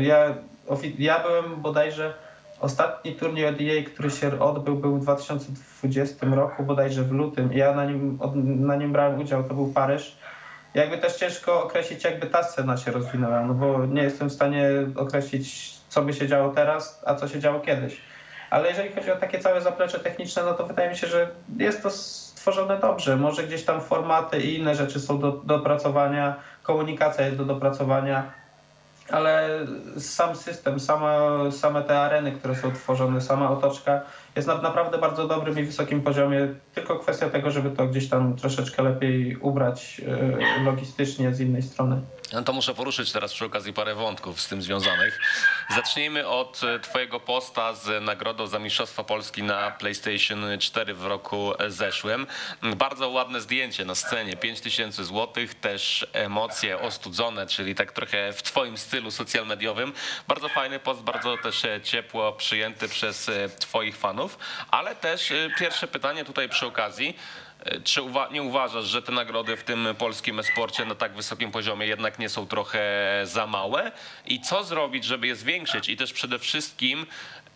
ja byłem bodajże, ostatni turniej od EA, który się odbył, był w 2020 roku, bodajże w lutym. I ja na nim brałem udział, to był Paryż. Jakby też ciężko określić, jakby ta scena się rozwinęła, no bo nie jestem w stanie określić, co by się działo teraz, a co się działo kiedyś. Ale jeżeli chodzi o takie całe zaplecze techniczne, no to wydaje mi się, że jest to stworzone dobrze. Może gdzieś tam formaty i inne rzeczy są do dopracowania, komunikacja jest do dopracowania, ale sam system, same te areny, które są tworzone, sama otoczka jest na naprawdę bardzo dobrym i wysokim poziomie. Tylko kwestia tego, żeby to gdzieś tam troszeczkę lepiej ubrać logistycznie z innej strony. No to muszę poruszyć teraz przy okazji parę wątków z tym związanych. Zacznijmy od twojego posta z nagrodą za Mistrzostwa Polski na PlayStation 4 w roku zeszłym. Bardzo ładne zdjęcie na scenie, 5000 zł, też emocje ostudzone, czyli tak trochę w twoim stylu social mediowym. Bardzo fajny post, bardzo też ciepło przyjęty przez twoich fanów, ale też pierwsze pytanie tutaj przy okazji. Czy nie uważasz, że te nagrody w tym polskim e-sporcie na tak wysokim poziomie jednak nie są trochę za małe? I co zrobić, żeby je zwiększyć? I też przede wszystkim,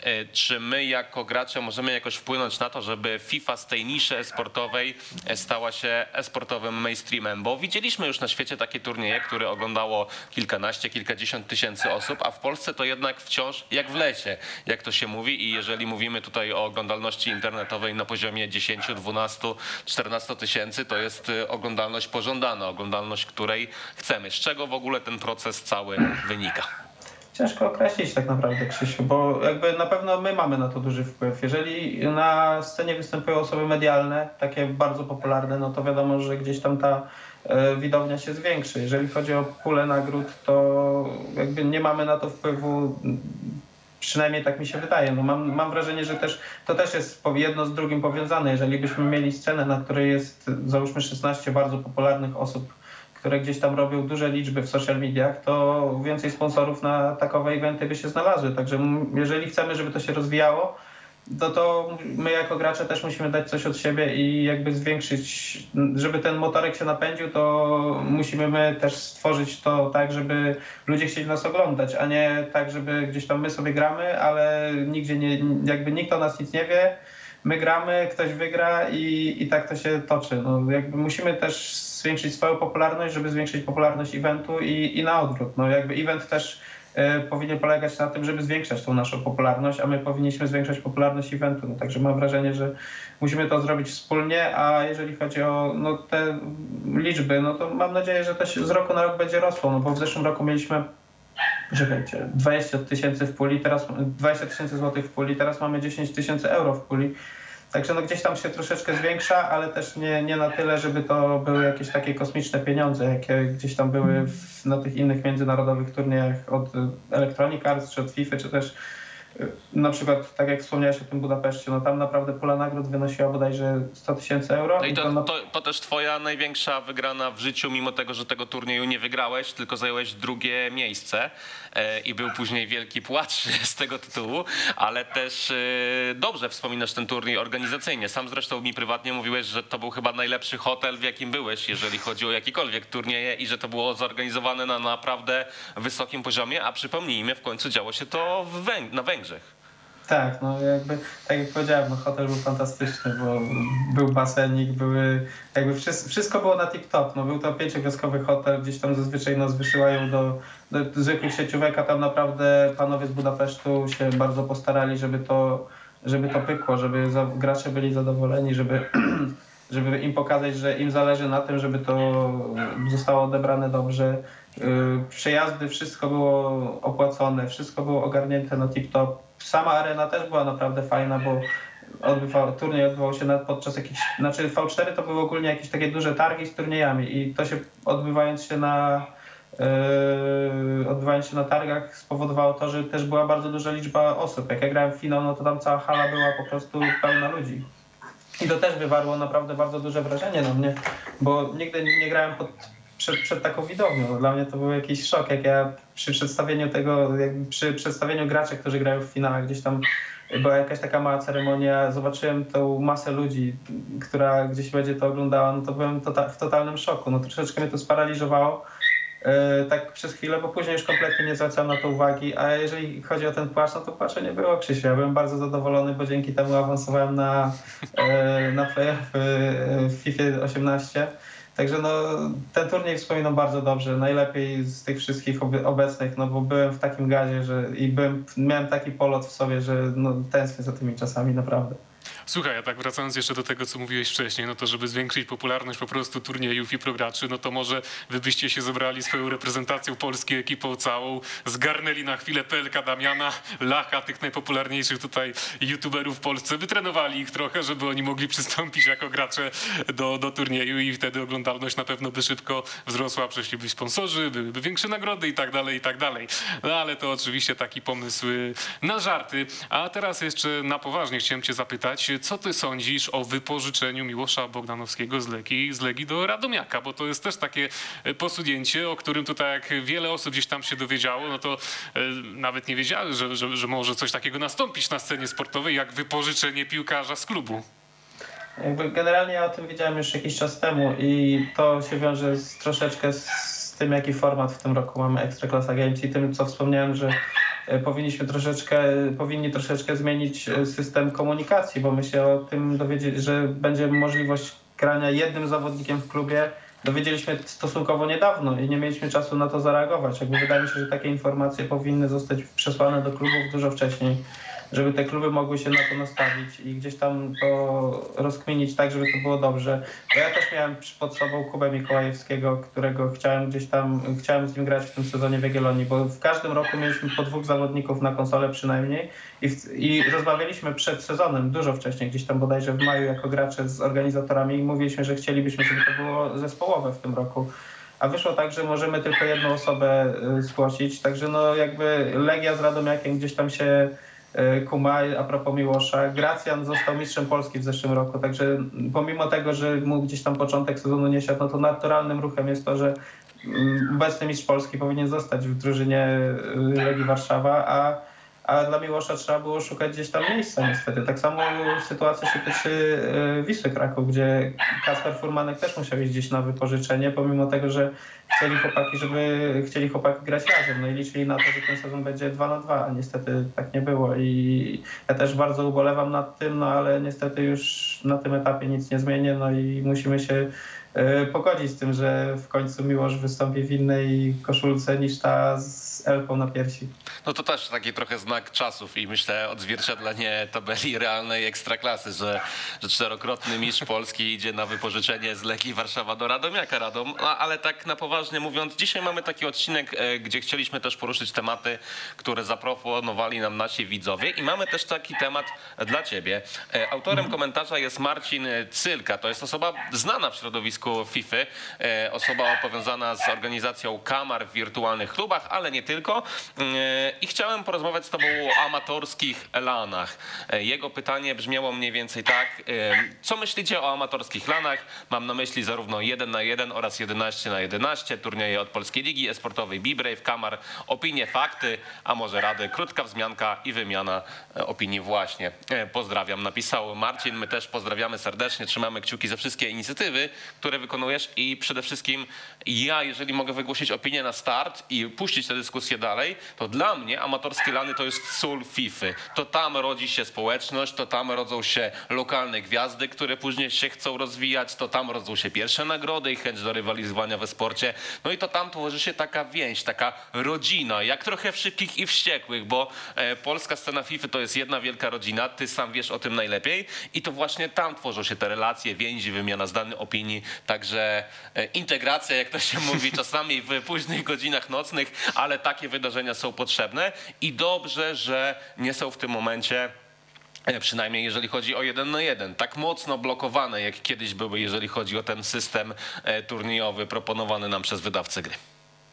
czy my jako gracze możemy jakoś wpłynąć na to, żeby FIFA z tej niszy e-sportowej stała się e-sportowym mainstreamem? Bo widzieliśmy już na świecie takie turnieje, które oglądało kilkanaście, kilkadziesiąt tysięcy osób, a w Polsce to jednak wciąż jak w lesie, jak to się mówi. I jeżeli mówimy tutaj o oglądalności internetowej na poziomie 10, 12, 14 tysięcy, to jest oglądalność pożądana, oglądalność, której chcemy. Z czego w ogóle ten proces cały wynika? Ciężko określić tak naprawdę, Krzysiu, bo jakby na pewno my mamy na to duży wpływ. Jeżeli na scenie występują osoby medialne, takie bardzo popularne, no to wiadomo, że gdzieś tam ta widownia się zwiększy. Jeżeli chodzi o pulę nagród, to jakby nie mamy na to wpływu, przynajmniej tak mi się wydaje. No mam wrażenie, że to też jest jedno z drugim powiązane. Jeżeli byśmy mieli scenę, na której jest załóżmy 16 bardzo popularnych osób, które gdzieś tam robią duże liczby w social mediach, to więcej sponsorów na takowe eventy by się znalazły. Także jeżeli chcemy, żeby to się rozwijało, to my jako gracze też musimy dać coś od siebie i jakby zwiększyć, żeby ten motorek się napędził, to musimy my też stworzyć to tak, żeby ludzie chcieli nas oglądać, a nie tak, żeby gdzieś tam my sobie gramy, ale nigdzie nie, jakby nikt o nas nic nie wie. my gramy, ktoś wygra i tak to się toczy. No, jakby musimy też zwiększyć swoją popularność, żeby zwiększyć popularność eventu i na odwrót. No, jakby event też powinien polegać na tym, żeby zwiększać tą naszą popularność, a my powinniśmy zwiększać popularność eventu. No, także mam wrażenie, że musimy to zrobić wspólnie, a jeżeli chodzi o no, te liczby, no to mam nadzieję, że to się z roku na rok będzie rosło, no bo w zeszłym roku mieliśmy 20 tysięcy w puli, teraz 20 tysięcy złotych w puli, teraz mamy 10 tysięcy euro w puli. Także no gdzieś tam się troszeczkę zwiększa, ale też nie na tyle, żeby to były jakieś takie kosmiczne pieniądze, jakie gdzieś tam były na tych innych międzynarodowych turniejach od Electronic Arts, czy od FIFA, czy też na przykład, tak jak wspomniałeś o tym Budapeszcie, no tam naprawdę pula nagród wynosiła bodajże 100 tysięcy euro. No i to też twoja największa wygrana w życiu, mimo tego, że tego turnieju nie wygrałeś, tylko zająłeś drugie miejsce i był później wielki płacz z tego tytułu, ale też dobrze wspominasz ten turniej organizacyjnie. Sam zresztą mi prywatnie mówiłeś, że to był chyba najlepszy hotel, w jakim byłeś, jeżeli chodzi o jakiekolwiek turnieje i że to było zorganizowane na naprawdę wysokim poziomie, a przypomnijmy, w końcu działo się to na Węgrzech. Tak, no jakby, tak jak powiedziałem, no hotel był fantastyczny, bo był basenik, jakby wszystko było na tip-top, no był to 5-gwiazdkowy hotel, gdzieś tam zazwyczaj nas wysyłają do zwykłych sieciówek, a tam naprawdę panowie z Budapesztu się bardzo postarali, żeby to pykło, żeby gracze byli zadowoleni, żeby im pokazać, że im zależy na tym, żeby to zostało odebrane dobrze. Przejazdy, wszystko było opłacone, wszystko było ogarnięte na tip-top. Sama arena też była naprawdę fajna, bo turniej odbywał się podczas jakichś, znaczy V4 to były ogólnie jakieś takie duże targi z turniejami i to się odbywając się na targach spowodowało to, że też była bardzo duża liczba osób. Jak ja grałem w finał, no to tam cała hala była po prostu pełna ludzi. I to też wywarło naprawdę bardzo duże wrażenie na mnie, bo nigdy nie grałem przed taką widownią. No, dla mnie to był jakiś szok, jak ja przy przedstawieniu graczy, którzy grają w finałach, gdzieś tam była jakaś taka mała ceremonia, zobaczyłem tą masę ludzi, która gdzieś będzie to oglądała, no to byłem w totalnym szoku. No troszeczkę mnie to sparaliżowało tak przez chwilę, bo później już kompletnie nie zwracałem na to uwagi, a jeżeli chodzi o ten płacz, no to płaczu nie było, Krzysiu. Ja byłem bardzo zadowolony, bo dzięki temu awansowałem na play-off w FIFA 18. Także no, ten turniej wspominam bardzo dobrze, najlepiej z tych wszystkich obecnych, no bo byłem w takim gazie, miałem taki polot w sobie, że no, tęsknię za tymi czasami naprawdę. Słuchaj, a tak wracając jeszcze do tego, co mówiłeś wcześniej, no to żeby zwiększyć popularność po prostu turniejów i prograczy, no to może wy byście się zebrali swoją reprezentacją Polski, ekipą całą, zgarnęli na chwilę PLK Damiana, Lacha, tych najpopularniejszych tutaj youtuberów w Polsce, wytrenowali ich trochę, żeby oni mogli przystąpić jako gracze do turnieju i wtedy oglądalność na pewno by szybko wzrosła, przyszliby sponsorzy, byłyby większe nagrody i tak dalej, i tak dalej. No ale to oczywiście taki pomysł na żarty. A teraz jeszcze na poważnie chciałem cię zapytać, co ty sądzisz o wypożyczeniu Miłosza Bogdanowskiego z Legii do Radomiaka? Bo to jest też takie posunięcie, o którym tutaj jak wiele osób gdzieś tam się dowiedziało, no to nawet nie wiedziały, że może coś takiego nastąpić na scenie sportowej, jak wypożyczenie piłkarza z klubu. Jakby generalnie ja o tym wiedziałem już jakiś czas temu i to się wiąże troszeczkę z tym, jaki format w tym roku mamy Ekstraklasa Games i tym, co wspomniałem, że powinni troszeczkę zmienić system komunikacji, bo my się o tym dowiedzieli, że będzie możliwość grania jednym zawodnikiem w klubie. Dowiedzieliśmy stosunkowo niedawno i nie mieliśmy czasu na to zareagować. Jakby wydaje mi się, że takie informacje powinny zostać przesłane do klubów dużo wcześniej, żeby te kluby mogły się na to nastawić i gdzieś tam to rozkminić tak, żeby to było dobrze. Bo ja też miałem pod sobą Kubę Mikołajewskiego, którego chciałem z nim grać w tym sezonie w Jagiellonii, bo w każdym roku mieliśmy po 2 zawodników na konsolę przynajmniej i rozmawialiśmy przed sezonem, dużo wcześniej, gdzieś tam bodajże w maju jako gracze z organizatorami i mówiliśmy, że chcielibyśmy, żeby to było zespołowe w tym roku. A wyszło tak, że możemy tylko jedną osobę zgłosić, także no jakby Legia z Radomiakiem gdzieś tam się kuma, a propos Miłosza. Gracjan został mistrzem Polski w zeszłym roku, także pomimo tego, że mu gdzieś tam początek sezonu nie siadł, no to naturalnym ruchem jest to, że obecny mistrz Polski powinien zostać w drużynie Legii Warszawa, a dla Miłosza trzeba było szukać gdzieś tam miejsca niestety. Tak samo sytuacja się tyczy Wisły Kraków, gdzie Kacper Furmanek też musiał iść gdzieś na wypożyczenie, pomimo tego, że chcieli chłopaki grać razem, no i liczyli na to, że ten sezon będzie 2-2, a niestety tak nie było i ja też bardzo ubolewam nad tym, no ale niestety już na tym etapie nic nie zmienię, no i musimy się pogodzić z tym, że w końcu Miłosz wystąpi w innej koszulce niż ta z elfą na piersi. No to też taki trochę znak czasów i myślę odzwierciedlenie tabeli realnej ekstraklasy, że czterokrotny mistrz Polski idzie na wypożyczenie z Legii Warszawa do Radomiaka Radom. Ale tak na poważnie mówiąc, dzisiaj mamy taki odcinek, gdzie chcieliśmy też poruszyć tematy, które zaproponowali nam nasi widzowie i mamy też taki temat dla ciebie. Autorem komentarza jest Marcin Cylka, to jest osoba znana w środowisku FIFA, osoba powiązana z organizacją Kamar w wirtualnych klubach, ale nie tylko. I chciałem porozmawiać z tobą o amatorskich lanach. Jego pytanie brzmiało mniej więcej tak. Co myślicie o amatorskich lanach? Mam na myśli zarówno 1 na 1 oraz 11 na 11, turnieje od Polskiej Ligi Esportowej B-Brave, Kamar, opinie, fakty, a może rady, krótka wzmianka i wymiana opinii właśnie. Pozdrawiam, napisał Marcin. My też pozdrawiamy serdecznie, trzymamy kciuki za wszystkie inicjatywy, które wykonujesz i przede wszystkim ja, jeżeli mogę wygłosić opinię na start i puścić tę dyskusję dalej, to dla mnie amatorskie lany to jest sól FIFA. To tam rodzi się społeczność, to tam rodzą się lokalne gwiazdy, które później się chcą rozwijać, to tam rodzą się pierwsze nagrody i chęć do rywalizowania we sporcie. No i to tam tworzy się taka więź, taka rodzina, jak trochę w Szybkich i Wściekłych, bo polska scena FIFA to jest jedna wielka rodzina, ty sam wiesz o tym najlepiej i to właśnie tam tworzą się te relacje, więzi, wymiana zdanych, opinii, także integracja, jak to się mówi czasami w późnych godzinach nocnych, ale takie wydarzenia są potrzebne i dobrze, że nie są w tym momencie, przynajmniej jeżeli chodzi o 1 na 1, tak mocno blokowane, jak kiedyś były, jeżeli chodzi o ten system turniejowy proponowany nam przez wydawcę gry.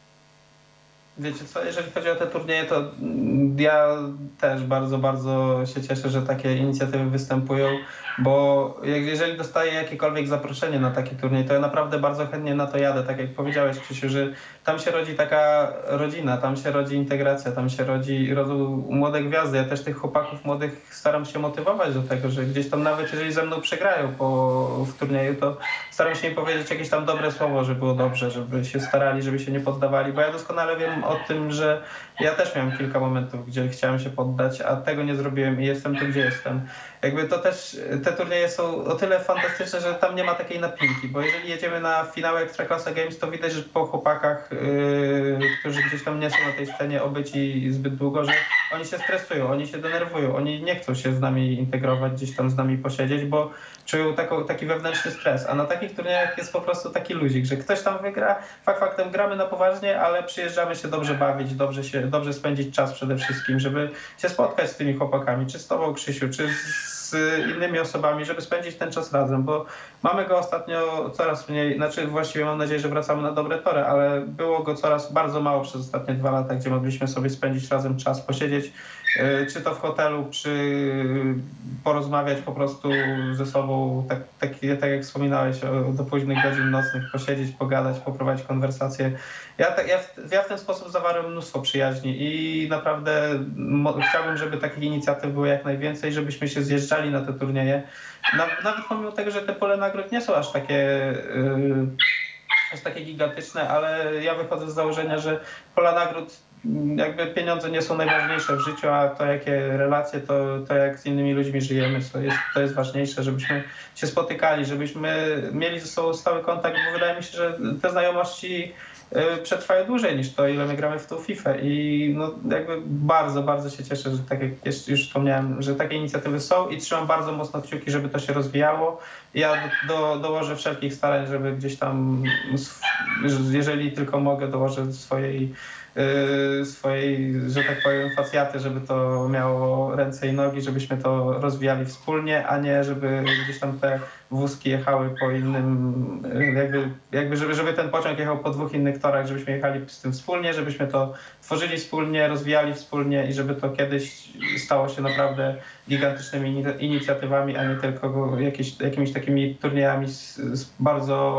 Wiecie co, jeżeli chodzi o te turnieje, to ja też bardzo, bardzo się cieszę, że takie inicjatywy występują, bo jeżeli dostaję jakiekolwiek zaproszenie na taki turniej, to ja naprawdę bardzo chętnie na to jadę. Tak jak powiedziałeś, Krzysiu, że tam się rodzi taka rodzina, tam się rodzi integracja, tam się rodzą młode gwiazdy. Ja też tych chłopaków młodych staram się motywować do tego, że gdzieś tam nawet jeżeli ze mną przegrają w turnieju, to staram się im powiedzieć jakieś tam dobre słowo, że było dobrze, żeby się starali, żeby się nie poddawali, bo ja doskonale wiem o tym, że ja też miałem kilka momentów, gdzie chciałem się poddać, a tego nie zrobiłem i jestem tu, gdzie jestem. Jakby to też, te turnieje są o tyle fantastyczne, że tam nie ma takiej napinki, bo jeżeli jedziemy na finały Ekstraklasa Games, to widać, że po chłopakach, którzy gdzieś tam nie są na tej scenie obyci zbyt długo, że oni się stresują, oni się denerwują, oni nie chcą się z nami integrować, gdzieś tam z nami posiedzieć, bo czują taki wewnętrzny stres, a na takich turniejach jest po prostu taki luzik, że ktoś tam wygra, faktem gramy na poważnie, ale przyjeżdżamy się dobrze bawić, dobrze spędzić czas przede wszystkim, żeby się spotkać z tymi chłopakami, czy z tobą, Krzysiu, czy z innymi osobami, żeby spędzić ten czas razem, bo mamy go ostatnio coraz mniej, znaczy właściwie mam nadzieję, że wracamy na dobre tory, ale było go coraz bardzo mało przez ostatnie 2 lata, gdzie mogliśmy sobie spędzić razem czas, posiedzieć, czy to w hotelu, czy porozmawiać po prostu ze sobą, tak jak wspominałeś, do późnych godzin nocnych, posiedzieć, pogadać, poprowadzić konwersację. Ja w ten sposób zawarłem mnóstwo przyjaźni i naprawdę chciałbym, żeby takich inicjatyw było jak najwięcej, żebyśmy się zjeżdżali na te turnieje. Nawet pomimo tego, że te pole nagród nie są aż takie gigantyczne, ale ja wychodzę z założenia, że pola nagród, jakby pieniądze nie są najważniejsze w życiu, a to jakie relacje, to jak z innymi ludźmi żyjemy, to jest ważniejsze, żebyśmy się spotykali, żebyśmy mieli ze sobą stały kontakt, bo wydaje mi się, że te znajomości przetrwają dłużej niż to, ile my gramy w tą FIFA i no jakby bardzo, bardzo się cieszę, że tak jak już wspomniałem, że takie inicjatywy są i trzymam bardzo mocno kciuki, żeby to się rozwijało. Ja dołożę wszelkich starań, żeby gdzieś tam, jeżeli tylko mogę, dołożę swojej, że tak powiem, facjaty, żeby to miało ręce i nogi, żebyśmy to rozwijali wspólnie, a nie żeby gdzieś tam te wózki jechały po innym, żeby ten pociąg jechał po 2 innych torach, żebyśmy jechali z tym wspólnie, żebyśmy to tworzyli wspólnie, rozwijali wspólnie i żeby to kiedyś stało się naprawdę gigantycznymi inicjatywami, a nie tylko jakimiś takimi turniejami z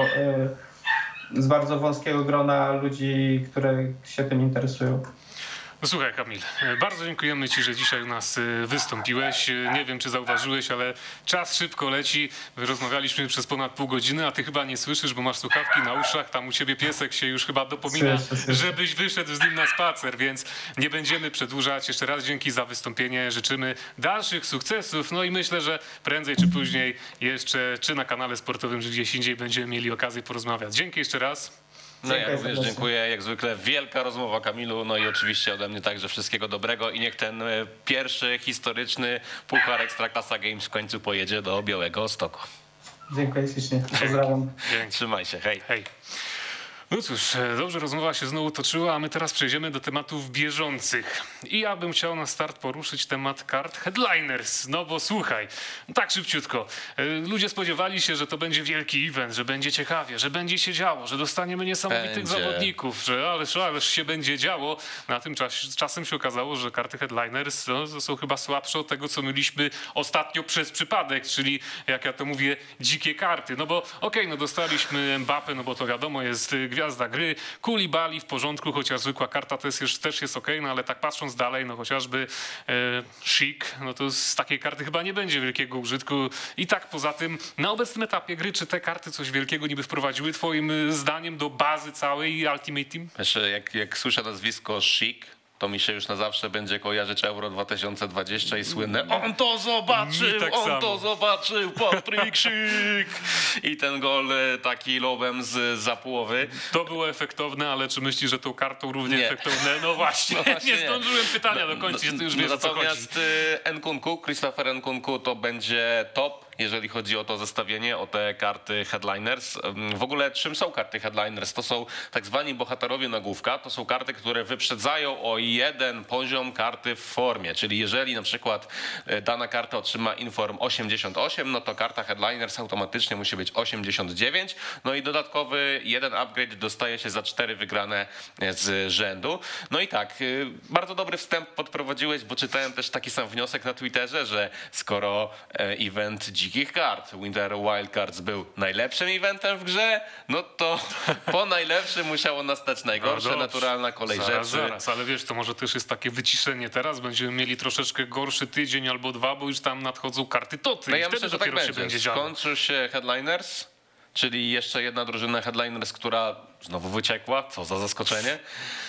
bardzo wąskiego grona ludzi, które się tym interesują. No słuchaj, Kamil, bardzo dziękujemy Ci, że dzisiaj u nas wystąpiłeś. Nie wiem, czy zauważyłeś, ale czas szybko leci. Rozmawialiśmy przez ponad pół godziny, a Ty chyba nie słyszysz, bo masz słuchawki na uszach. Tam u Ciebie piesek się już chyba dopomina, Słyszę. żebyś wyszedł z nim na spacer, więc nie będziemy przedłużać. Jeszcze raz dzięki za wystąpienie. Życzymy dalszych sukcesów. No i myślę, że prędzej czy później jeszcze, czy na kanale sportowym, czy gdzieś indziej będziemy mieli okazję porozmawiać. Dzięki jeszcze raz. No ja Dziękuję również serdecznie. dziękuję, jak zwykle wielka rozmowa, Kamilu, no i oczywiście ode mnie także wszystkiego dobrego i niech ten pierwszy historyczny Puchar Ekstraklasa Games w końcu pojedzie do Białegostoku. Dziękuję ślicznie. Pozdrawiam. Dzięki. Trzymaj się, hej. Hej. No cóż, dobrze rozmowa się znowu toczyła, a my teraz przejdziemy do tematów bieżących. I ja bym chciał na start poruszyć temat kart Headliners. No bo słuchaj, tak szybciutko. Ludzie spodziewali się, że to będzie wielki event, że będzie ciekawie, że będzie się działo, że dostaniemy niesamowitych Będzie. zawodników, że ależ się będzie działo. Na tym czasem się okazało, że karty Headliners to są chyba słabsze od tego, co mieliśmy ostatnio przez przypadek, czyli jak ja to mówię, dzikie karty. No bo okej, no dostaliśmy Mbappé, no bo to wiadomo, jest gwiazda gry, Koulibaly w porządku, chociaż zwykła karta też jest okej, no ale tak patrząc dalej, no chociażby Schick, no to z takiej karty chyba nie będzie wielkiego użytku. I tak poza tym, na obecnym etapie gry, czy te karty coś wielkiego niby wprowadziły twoim zdaniem do bazy całej Ultimate Team? Wiesz, jak słyszę nazwisko Schick, to mi się już na zawsze będzie kojarzyć Euro 2020 i słynne on to zobaczył, Mi tak on samo. to zobaczył, Patryk Schick. I ten gol taki lobem z połowy. To było efektowne, ale czy myślisz, że tą kartą równie Nie. efektowne? No właśnie, No właśnie nie nie. zdążyłem pytania dokończyć, ty już wiesz o co chodzi. Natomiast Nkunku, Christopher Nkunku to będzie top, jeżeli chodzi o to zestawienie, o te karty Headliners. W ogóle czym są karty Headliners? To są tak zwani bohaterowie nagłówka. To są karty, które wyprzedzają o jeden poziom karty w formie. Czyli jeżeli na przykład dana karta otrzyma inform 88, no to karta Headliners automatycznie musi być 89. No i dodatkowy jeden upgrade dostaje się za 4 wygrane z rzędu. No i tak, bardzo dobry wstęp podprowadziłeś, bo czytałem też taki sam wniosek na Twitterze, że skoro event dzikich kart, Winter Wildcards był najlepszym eventem w grze, no to po najlepszym musiało nastać najgorsze, No dobrze. naturalna kolej rzeczy. Zaraz, ale wiesz, to może też jest takie wyciszenie teraz, będziemy mieli troszeczkę gorszy tydzień albo dwa, bo już tam nadchodzą karty toty No i ja wtedy myślę, że tak dopiero się będzie. będzie działo. Skończy się Headliners, czyli jeszcze jedna drużyna Headliners, która znowu wyciekła, co za zaskoczenie.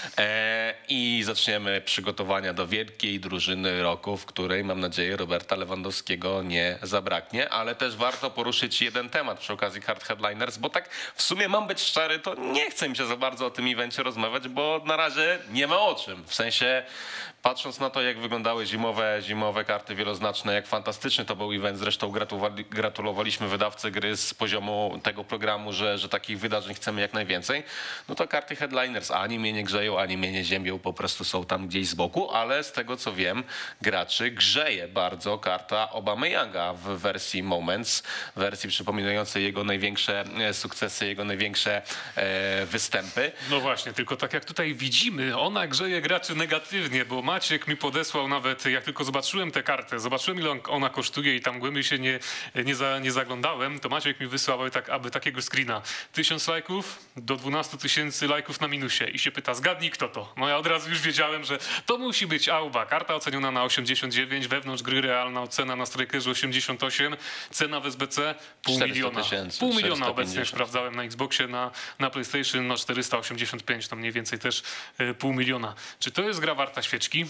I zaczniemy przygotowania do wielkiej drużyny roku, w której mam nadzieję Roberta Lewandowskiego nie zabraknie, ale też warto poruszyć jeden temat przy okazji kart Headliners, bo tak w sumie mam być szczery, to nie chce mi się za bardzo o tym evencie rozmawiać, bo na razie nie ma o czym. W sensie patrząc na to, jak wyglądały zimowe karty wieloznaczne, jak fantastyczny to był event, zresztą gratulowaliśmy wydawcy gry z poziomu tego programu, że takich wydarzeń chcemy jak najwięcej, no to karty Headliners ani mnie nie grzeją, ani mnie nie ziębią, po prostu są tam gdzieś z boku, ale z tego co wiem, graczy grzeje bardzo karta Obameyanga w wersji Moments, wersji przypominającej jego największe sukcesy, jego największe występy. No właśnie, tylko tak jak tutaj widzimy, ona grzeje graczy negatywnie, bo Maciek mi podesłał nawet, jak tylko zobaczyłem tę kartę, zobaczyłem ile ona kosztuje i tam głębiej się nie zaglądałem, to Maciek mi wysłał tak, aby takiego screena. 1000 lajków do 12 000 lajków na minusie i się pyta, zgadnij kto to. No ja od razu już wiedziałem, że to musi być Auba. Karta oceniona na 89, wewnątrz gry realna cena na Strikerze 88, cena w SBC pół 400 miliona. 000, Pół miliona 450. obecnie sprawdzałem na Xboxie, na PlayStation, no 485, to mniej więcej też pół miliona. Czy to jest gra warta świeczki?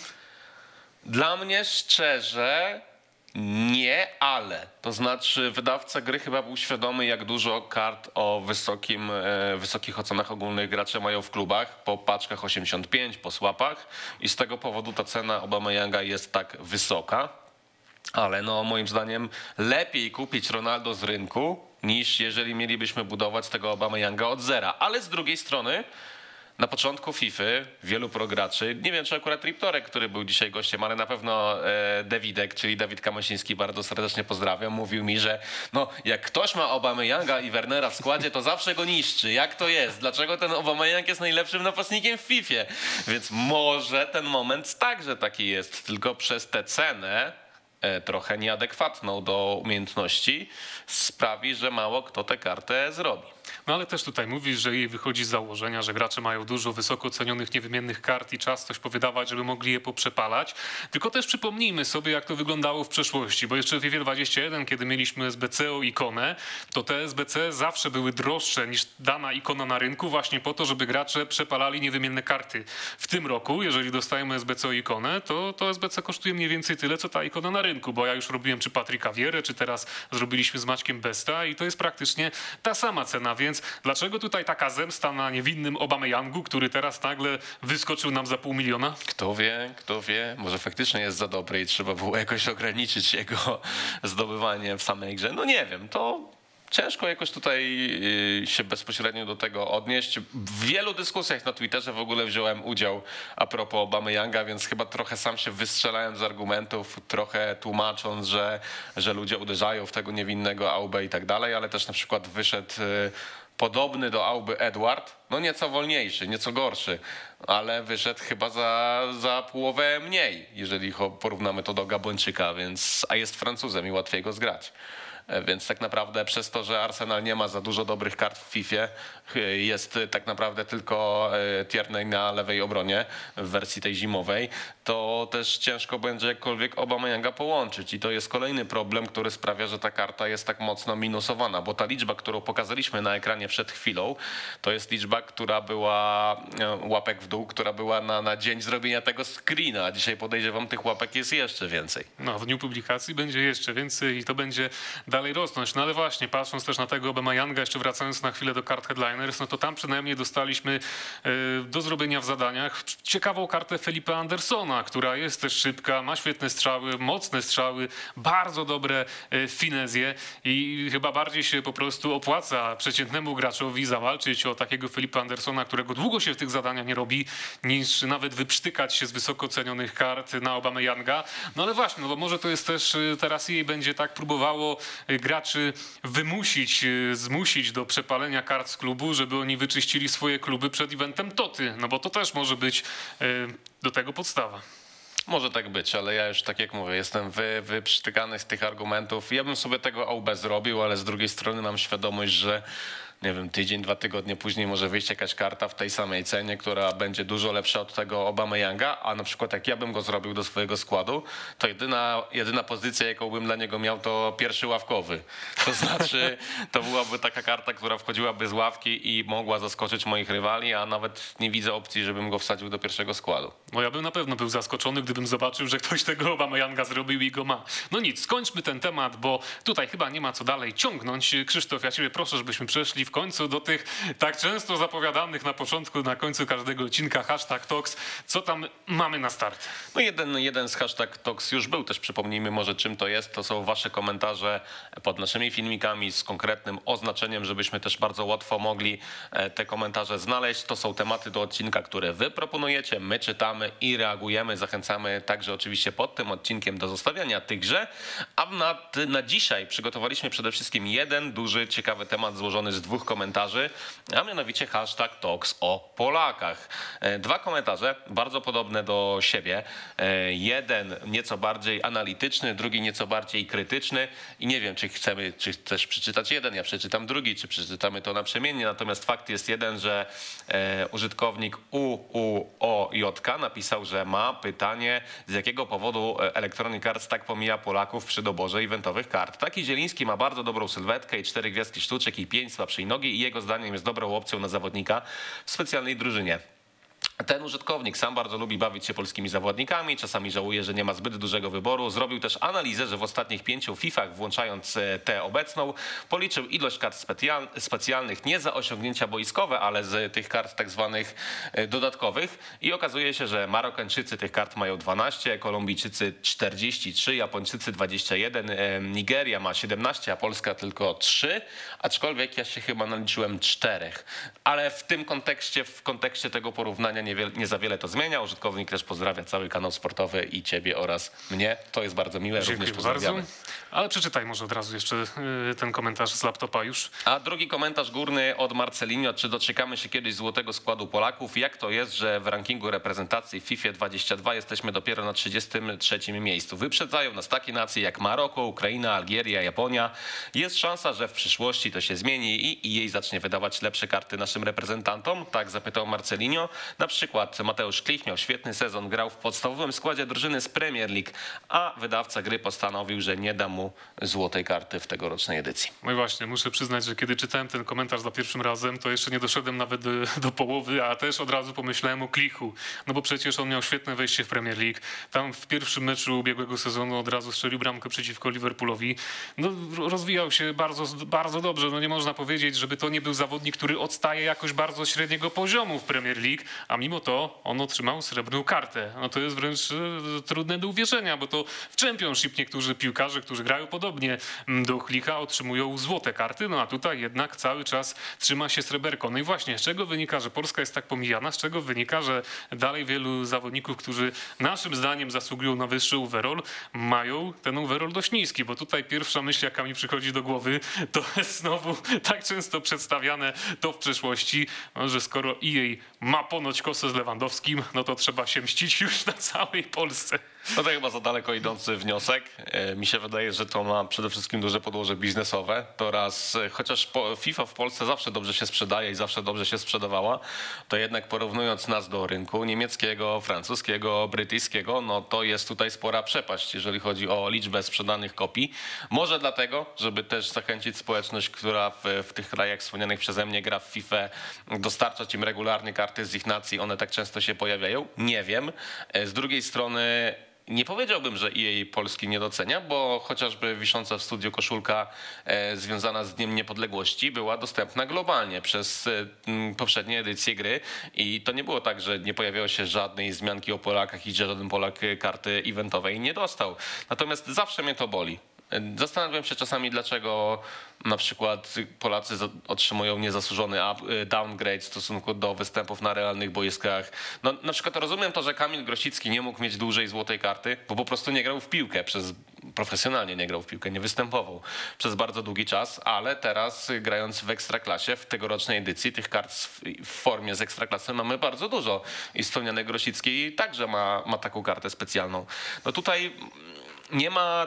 Dla mnie szczerze nie, ale. To znaczy wydawca gry chyba był świadomy, jak dużo kart o wysokich ocenach ogólnych gracze mają w klubach, po paczkach 85, po słapach i z tego powodu ta cena Obameyanga jest tak wysoka. Ale no moim zdaniem lepiej kupić Ronaldo z rynku, niż jeżeli mielibyśmy budować tego Obameyanga od zera. Ale z drugiej strony na początku FIFA wielu prograczy, nie wiem czy akurat Riptorek, który był dzisiaj gościem, ale na pewno Dawidek, czyli Dawid Kamasiński, bardzo serdecznie pozdrawiam, mówił mi, że no jak ktoś ma Obameyanga i Wernera w składzie, to zawsze go niszczy. Jak to jest? Dlaczego ten Aubameyang jest najlepszym napastnikiem w FIFA? Więc może ten moment także taki jest, tylko przez tę cenę trochę nieadekwatną do umiejętności sprawi, że mało kto tę kartę zrobi. No ale też tutaj mówisz, że jej wychodzi z założenia, że gracze mają dużo wysoko cenionych, niewymiennych kart i czas coś powydawać, żeby mogli je poprzepalać. Tylko też przypomnijmy sobie, jak to wyglądało w przeszłości, bo jeszcze w FIFA 21, kiedy mieliśmy SBC ikonę, to te SBC zawsze były droższe niż dana ikona na rynku właśnie po to, żeby gracze przepalali niewymienne karty. W tym roku, jeżeli dostajemy SBC ikonę, to SBC kosztuje mniej więcej tyle, co ta ikona na rynku, bo ja już robiłem czy Patryka Vieirę, czy teraz zrobiliśmy z Maćkiem Besta i to jest praktycznie ta sama cena, więc dlaczego tutaj taka zemsta na niewinnym Aubameyangu, który teraz nagle wyskoczył nam za $500 000? Kto wie, może faktycznie jest za dobry i trzeba było jakoś ograniczyć jego zdobywanie w samej grze. No nie wiem, to ciężko jakoś tutaj się bezpośrednio do tego odnieść. W wielu dyskusjach na Twitterze w ogóle wziąłem udział a propos Aubameyanga, więc chyba trochę sam się wystrzelałem z argumentów, trochę tłumacząc, że ludzie uderzają w tego niewinnego Aubę i tak dalej, ale też na przykład wyszedł podobny do Auby Edward, no nieco wolniejszy, nieco gorszy, ale wyszedł chyba za połowę mniej, jeżeli porównamy to do Gabończyka, a jest Francuzem i łatwiej go zgrać. Więc tak naprawdę przez to, że Arsenal nie ma za dużo dobrych kart w FIFA, jest tak naprawdę tylko Tierney na lewej obronie w wersji tej zimowej, to też ciężko będzie jakkolwiek Aubameyanga połączyć. I to jest kolejny problem, który sprawia, że ta karta jest tak mocno minusowana, bo ta liczba, którą pokazaliśmy na ekranie przed chwilą, to jest liczba, która była łapek w dół, która była na dzień zrobienia tego screena, a dzisiaj podejrzewam, tych łapek jest jeszcze więcej. No, w dniu publikacji będzie jeszcze więcej i to będzie dalej rosnąć. No ale właśnie, patrząc też na tego Aubameyanga, jeszcze wracając na chwilę do kart Headliners, no to tam przynajmniej dostaliśmy do zrobienia w zadaniach ciekawą kartę Felipe Andersona, która jest też szybka, ma świetne strzały, mocne strzały, bardzo dobre finezje i chyba bardziej się po prostu opłaca przeciętnemu graczowi zawalczyć o takiego Felipe Andersona, którego długo się w tych zadaniach nie robi, niż nawet wyprztykać się z wysoko cenionych kart na Aubameyanga. No ale właśnie, no bo może to jest też teraz jej będzie tak próbowało graczy zmusić do przepalenia kart z klubu, żeby oni wyczyścili swoje kluby przed eventem Toty, no bo to też może być do tego podstawa. Może tak być, ale ja już tak jak mówię, jestem wyprztykany z tych argumentów. Ja bym sobie tego AUB zrobił, ale z drugiej strony mam świadomość, że nie wiem, tydzień, 2 tygodnie później może wyjść jakaś karta w tej samej cenie, która będzie dużo lepsza od tego Aubameyanga, a na przykład jak ja bym go zrobił do swojego składu, to jedyna pozycja, jaką bym dla niego miał, to pierwszy ławkowy. To znaczy, to byłaby taka karta, która wchodziłaby z ławki i mogła zaskoczyć moich rywali, a nawet nie widzę opcji, żebym go wsadził do pierwszego składu. No ja bym na pewno był zaskoczony, gdybym zobaczył, że ktoś tego Aubameyanga zrobił i go ma. No nic, skończmy ten temat, bo tutaj chyba nie ma co dalej ciągnąć. Krzysztof, ja ciebie proszę, żebyśmy przeszli w końcu do tych tak często zapowiadanych na początku, na końcu każdego odcinka #Tox. Co tam mamy na start? No jeden z #Tox już był też, przypomnijmy może czym to jest. To są wasze komentarze pod naszymi filmikami z konkretnym oznaczeniem, żebyśmy też bardzo łatwo mogli te komentarze znaleźć. To są tematy do odcinka, które wy proponujecie, my czytamy i reagujemy. Zachęcamy także oczywiście pod tym odcinkiem do zostawiania tychże. A na dzisiaj przygotowaliśmy przede wszystkim jeden duży, ciekawy temat złożony z 2 komentarzy, a mianowicie #Tox o Polakach. 2 komentarze, bardzo podobne do siebie. Jeden nieco bardziej analityczny, drugi nieco bardziej krytyczny i nie wiem, czy chcesz przeczytać jeden, ja przeczytam drugi, czy przeczytamy to naprzemiennie. Natomiast fakt jest jeden, że użytkownik UUOJK napisał, że ma pytanie, z jakiego powodu Electronic Arts tak pomija Polaków przy doborze eventowych kart. Taki Zieliński ma bardzo dobrą sylwetkę i 4 gwiazdki sztuczek i 5 słabszej nogi i jego zdaniem jest dobrą opcją na zawodnika w specjalnej drużynie. Ten użytkownik sam bardzo lubi bawić się polskimi zawodnikami, czasami żałuje, że nie ma zbyt dużego wyboru. Zrobił też analizę, że w ostatnich 5 FIFach, włączając tę obecną, policzył ilość kart specjalnych nie za osiągnięcia boiskowe, ale z tych kart tak zwanych dodatkowych i okazuje się, że Marokańczycy tych kart mają 12, Kolumbijczycy 43, Japończycy 21, Nigeria ma 17, a Polska tylko 3, aczkolwiek ja się chyba naliczyłem 4. Ale w tym kontekście, w kontekście tego porównania nie za wiele to zmienia. Użytkownik też pozdrawia cały kanał sportowy i ciebie oraz mnie. To jest bardzo miłe, również Dziękuję pozdrawiamy. bardzo. Ale przeczytaj może od razu jeszcze ten komentarz z laptopa już. A drugi komentarz górny od Marcelinio. Czy doczekamy się kiedyś złotego składu Polaków? Jak to jest, że w rankingu reprezentacji w FIFA 22 jesteśmy dopiero na 33 miejscu? Wyprzedzają nas takie nacje jak Maroko, Ukraina, Algieria, Japonia. Jest szansa, że w przyszłości to się zmieni i jej zacznie wydawać lepsze karty naszym reprezentantom? Tak zapytał Marcelinio. Na przykład Mateusz Klich miał świetny sezon, grał w podstawowym składzie drużyny z Premier League, a wydawca gry postanowił, że nie da mu złotej karty w tegorocznej edycji. No i właśnie, muszę przyznać, że kiedy czytałem ten komentarz za pierwszym razem, to jeszcze nie doszedłem nawet do połowy, a też od razu pomyślałem o Klichu. No bo przecież on miał świetne wejście w Premier League. Tam w pierwszym meczu ubiegłego sezonu od razu strzelił bramkę przeciwko Liverpoolowi. No rozwijał się bardzo, bardzo dobrze. No nie można powiedzieć, żeby to nie był zawodnik, który odstaje jakoś bardzo średniego poziomu w Premier League, a mimo to on otrzymał srebrną kartę. No to jest wręcz trudne do uwierzenia, bo to w Championship niektórzy piłkarze, którzy grają podobnie do Klicha, otrzymują złote karty, no a tutaj jednak cały czas trzyma się sreberko. No i właśnie, z czego wynika, że Polska jest tak pomijana, z czego wynika, że dalej wielu zawodników, którzy naszym zdaniem zasługują na wyższy overall, mają ten overall dość niski, bo tutaj pierwsza myśl, jaka mi przychodzi do głowy, to jest znowu tak często przedstawiane to w przeszłości, no, że skoro EA ma ponoć kosę z Lewandowskim, no to trzeba się mścić już na całej Polsce. No to chyba za daleko idący wniosek. Mi się wydaje, że to ma przede wszystkim duże podłoże biznesowe. To raz, chociaż FIFA w Polsce zawsze dobrze się sprzedaje i zawsze dobrze się sprzedawała, to jednak porównując nas do rynku niemieckiego, francuskiego, brytyjskiego, no to jest tutaj spora przepaść, jeżeli chodzi o liczbę sprzedanych kopii. Może dlatego, żeby też zachęcić społeczność, która w tych krajach wspomnianych przeze mnie gra w FIFA, dostarczać im regularnie karty z ich nacji, one tak często się pojawiają. Nie wiem. Z drugiej strony nie powiedziałbym, że EA Polski nie docenia, bo chociażby wisząca w studiu koszulka związana z Dniem Niepodległości była dostępna globalnie przez poprzednie edycje gry i to nie było tak, że nie pojawiało się żadnej wzmianki o Polakach i że żaden Polak karty eventowej nie dostał. Natomiast zawsze mnie to boli. Zastanawiam się czasami, dlaczego na przykład Polacy otrzymują niezasłużony downgrade w stosunku do występów na realnych boiskach. No, na przykład rozumiem to, że Kamil Grosicki nie mógł mieć dłużej złotej karty, bo po prostu nie grał w piłkę, profesjonalnie nie grał w piłkę, nie występował przez bardzo długi czas, ale teraz grając w Ekstraklasie w tegorocznej edycji tych kart w formie z Ekstraklasy mamy bardzo dużo i wspomniany Grosicki także ma taką kartę specjalną. No tutaj nie ma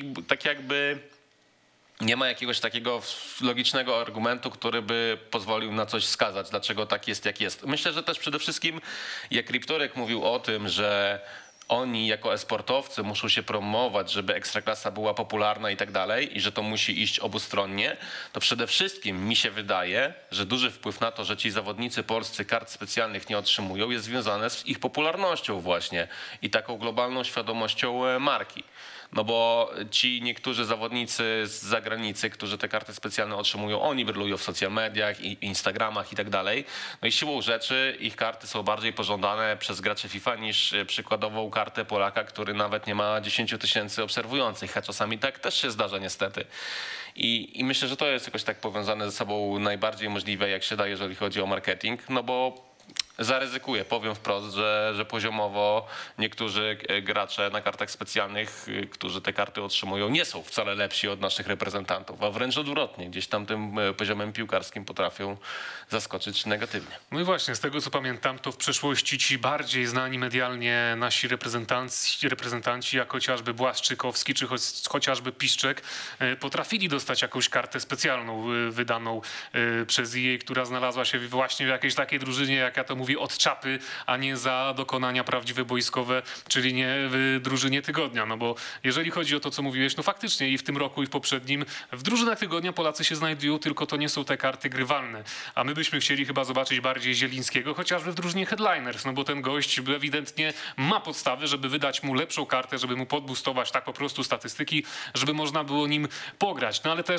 nie ma jakiegoś takiego logicznego argumentu, który by pozwolił na coś wskazać, dlaczego tak jest, jak jest. Myślę, że też przede wszystkim, jak Riptorek mówił o tym, że oni jako e-sportowcy muszą się promować, żeby Ekstraklasa była popularna i tak dalej i że to musi iść obustronnie, to przede wszystkim mi się wydaje, że duży wpływ na to, że ci zawodnicy polscy kart specjalnych nie otrzymują, jest związane z ich popularnością właśnie i taką globalną świadomością marki. No bo ci niektórzy zawodnicy z zagranicy, którzy te karty specjalne otrzymują, oni brylują w social mediach i Instagramach i tak dalej. No i siłą rzeczy ich karty są bardziej pożądane przez graczy FIFA niż przykładową kartę Polaka, który nawet nie ma 10 000 obserwujących, a czasami tak też się zdarza niestety. I myślę, że to jest jakoś tak powiązane ze sobą najbardziej możliwe, jak się da, jeżeli chodzi o marketing, no bo zaryzykuję, powiem wprost, że poziomowo niektórzy gracze na kartach specjalnych, którzy te karty otrzymują, nie są wcale lepsi od naszych reprezentantów, a wręcz odwrotnie, gdzieś tam tym poziomem piłkarskim potrafią zaskoczyć negatywnie. No i właśnie, z tego co pamiętam, to w przeszłości ci bardziej znani medialnie nasi reprezentanci jak chociażby Błaszczykowski czy chociażby Piszczek potrafili dostać jakąś kartę specjalną wydaną przez EA, która znalazła się właśnie w jakiejś takiej drużynie, jak ja to mówię, od czapy, a nie za dokonania prawdziwe boiskowe, czyli nie w drużynie tygodnia. No bo jeżeli chodzi o to, co mówiłeś, no faktycznie i w tym roku, i w poprzednim, w drużynach tygodnia Polacy się znajdują, tylko to nie są te karty grywalne. A my byśmy chcieli chyba zobaczyć bardziej Zielińskiego, chociażby w drużynie Headliners, no bo ten gość ewidentnie ma podstawy, żeby wydać mu lepszą kartę, żeby mu podbustować tak po prostu statystyki, żeby można było nim pograć. No ale też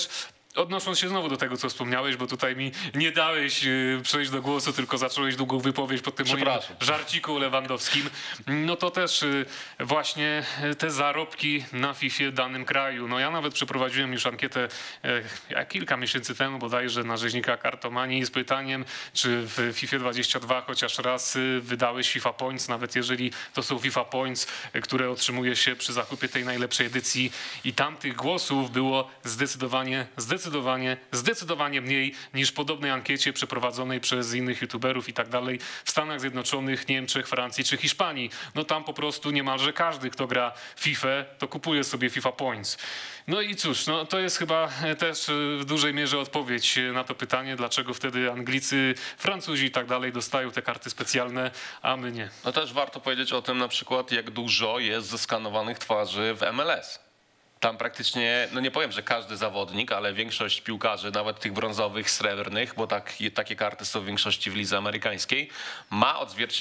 Odnosząc się znowu do tego, co wspomniałeś, bo tutaj mi nie dałeś przejść do głosu, tylko zacząłeś długą wypowiedź po tym moim Przepraszam. żarciku Lewandowskim, no to też właśnie te zarobki na FIFA w danym kraju. No ja nawet przeprowadziłem już ankietę kilka miesięcy temu bodajże na rzeźnika Kartomanii z pytaniem, czy w FIFA 22 chociaż raz wydałeś FIFA Points, nawet jeżeli to są FIFA Points, które otrzymuje się przy zakupie tej najlepszej edycji, i tam tych głosów było zdecydowanie mniej niż w podobnej ankiecie przeprowadzonej przez innych youtuberów i tak dalej w Stanach Zjednoczonych, Niemczech, Francji czy Hiszpanii. No tam po prostu niemalże każdy, kto gra FIFA, to kupuje sobie FIFA Points. No i cóż, no to jest chyba też w dużej mierze odpowiedź na to pytanie, dlaczego wtedy Anglicy, Francuzi i tak dalej dostają te karty specjalne, a my nie. No też warto powiedzieć o tym na przykład, jak dużo jest zeskanowanych twarzy w MLS. Tam praktycznie, no nie powiem, że każdy zawodnik, ale większość piłkarzy, nawet tych brązowych, srebrnych, bo takie karty są w większości w lidze amerykańskiej, ma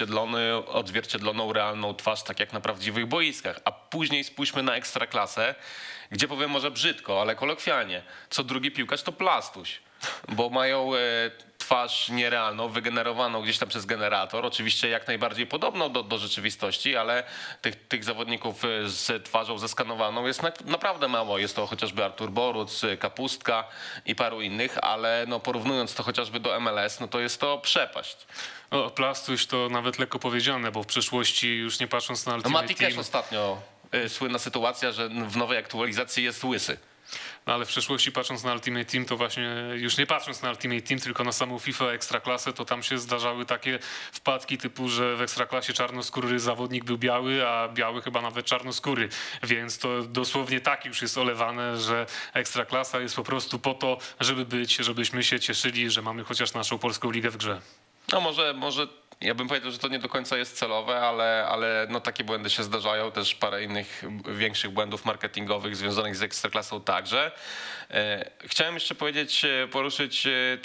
odzwierciedloną realną twarz, tak jak na prawdziwych boiskach. A później spójrzmy na Ekstraklasę, gdzie powiem może brzydko, ale kolokwialnie, co drugi piłkarz to plastuś, bo mają twarz nierealną, wygenerowaną gdzieś tam przez generator, oczywiście jak najbardziej podobną do rzeczywistości, ale tych zawodników z twarzą zeskanowaną jest naprawdę mało. Jest to chociażby Artur Boruc, Kapustka i paru innych, ale no porównując to chociażby do MLS, no to jest to przepaść. O, plastuś to nawet lekko powiedziane, bo w przyszłości, już nie patrząc na No Ultimate Mati Team, też ostatnio słynna sytuacja, że w nowej aktualizacji jest łysy. no ale w przeszłości patrząc na Ultimate Team, to właśnie już nie patrząc na Ultimate Team, tylko na samą FIFA Ekstraklasę, to tam się zdarzały takie wpadki typu, że w Ekstraklasie czarnoskóry zawodnik był biały, a biały chyba nawet czarnoskóry. Więc to dosłownie tak już jest olewane, że Ekstraklasa jest po prostu po to, żeby być, żebyśmy się cieszyli, że mamy chociaż naszą polską ligę w grze. No może ja bym powiedział, że to nie do końca jest celowe, ale no takie błędy się zdarzają. Też parę innych większych błędów marketingowych związanych z Ekstraklasą także. Chciałem jeszcze poruszyć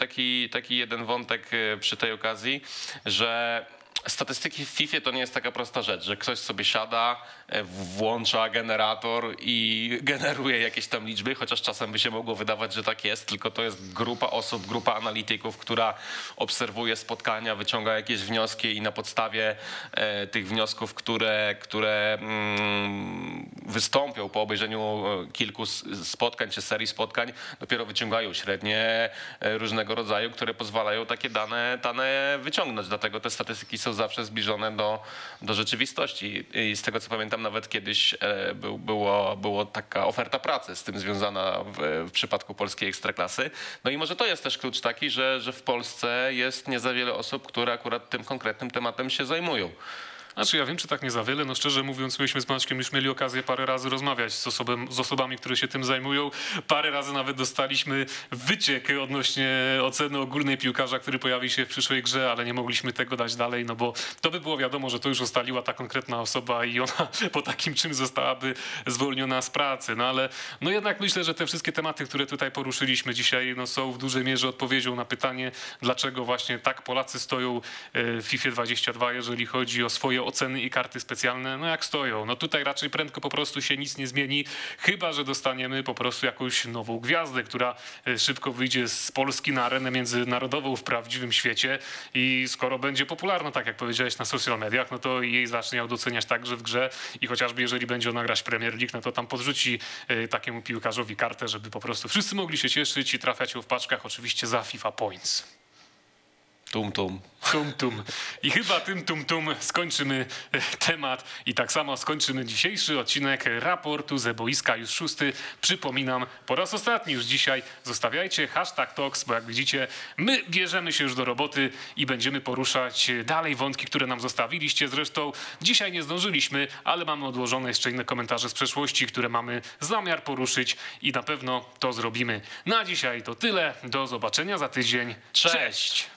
taki jeden wątek przy tej okazji, że statystyki w FIFA to nie jest taka prosta rzecz, że ktoś sobie siada, włącza generator i generuje jakieś tam liczby, chociaż czasem by się mogło wydawać, że tak jest, tylko to jest grupa osób, grupa analityków, która obserwuje spotkania, wyciąga jakieś wnioski i na podstawie tych wniosków, które wystąpią po obejrzeniu kilku spotkań czy serii spotkań, dopiero wyciągają średnie różnego rodzaju, które pozwalają takie dane wyciągnąć. Dlatego te statystyki są zawsze zbliżone do rzeczywistości. I z tego co pamiętam, nawet kiedyś było taka oferta pracy z tym związana w przypadku polskiej Ekstraklasy. No i może to jest też klucz taki, że w Polsce jest nie za wiele osób, które akurat tym konkretnym tematem się zajmują. Znaczy ja wiem, czy tak nie za wiele, no szczerze mówiąc, myśmy z Maćkiem już mieli okazję parę razy rozmawiać z osobami, które się tym zajmują. Parę razy nawet dostaliśmy wyciek odnośnie oceny ogólnej piłkarza, który pojawi się w przyszłej grze, ale nie mogliśmy tego dać dalej, no bo to by było wiadomo, że to już ustaliła ta konkretna osoba i ona po takim czymś zostałaby zwolniona z pracy. No ale no jednak myślę, że te wszystkie tematy, które tutaj poruszyliśmy dzisiaj, no są w dużej mierze odpowiedzią na pytanie, dlaczego właśnie tak Polacy stoją w FIFA 22, jeżeli chodzi o swoje oceny i karty specjalne, no jak stoją. No tutaj raczej prędko po prostu się nic nie zmieni, chyba że dostaniemy po prostu jakąś nową gwiazdę, która szybko wyjdzie z Polski na arenę międzynarodową w prawdziwym świecie i skoro będzie popularna, tak jak powiedziałeś, na social mediach, no to jej zacznie ją doceniać także w grze i chociażby jeżeli będzie ona grać Premier League, no to tam podrzuci takiemu piłkarzowi kartę, żeby po prostu wszyscy mogli się cieszyć i trafiać ją w paczkach oczywiście za FIFA Points. Tum, tum. Tum, tum. I chyba tym tum, tum skończymy temat i tak samo skończymy dzisiejszy odcinek raportu ze boiska, już 6. Przypominam, po raz ostatni już dzisiaj zostawiajcie #Talks, bo jak widzicie, my bierzemy się już do roboty i będziemy poruszać dalej wątki, które nam zostawiliście. Zresztą dzisiaj nie zdążyliśmy, ale mamy odłożone jeszcze inne komentarze z przeszłości, które mamy zamiar poruszyć i na pewno to zrobimy. Na dzisiaj to tyle. Do zobaczenia za tydzień. Cześć. Cześć.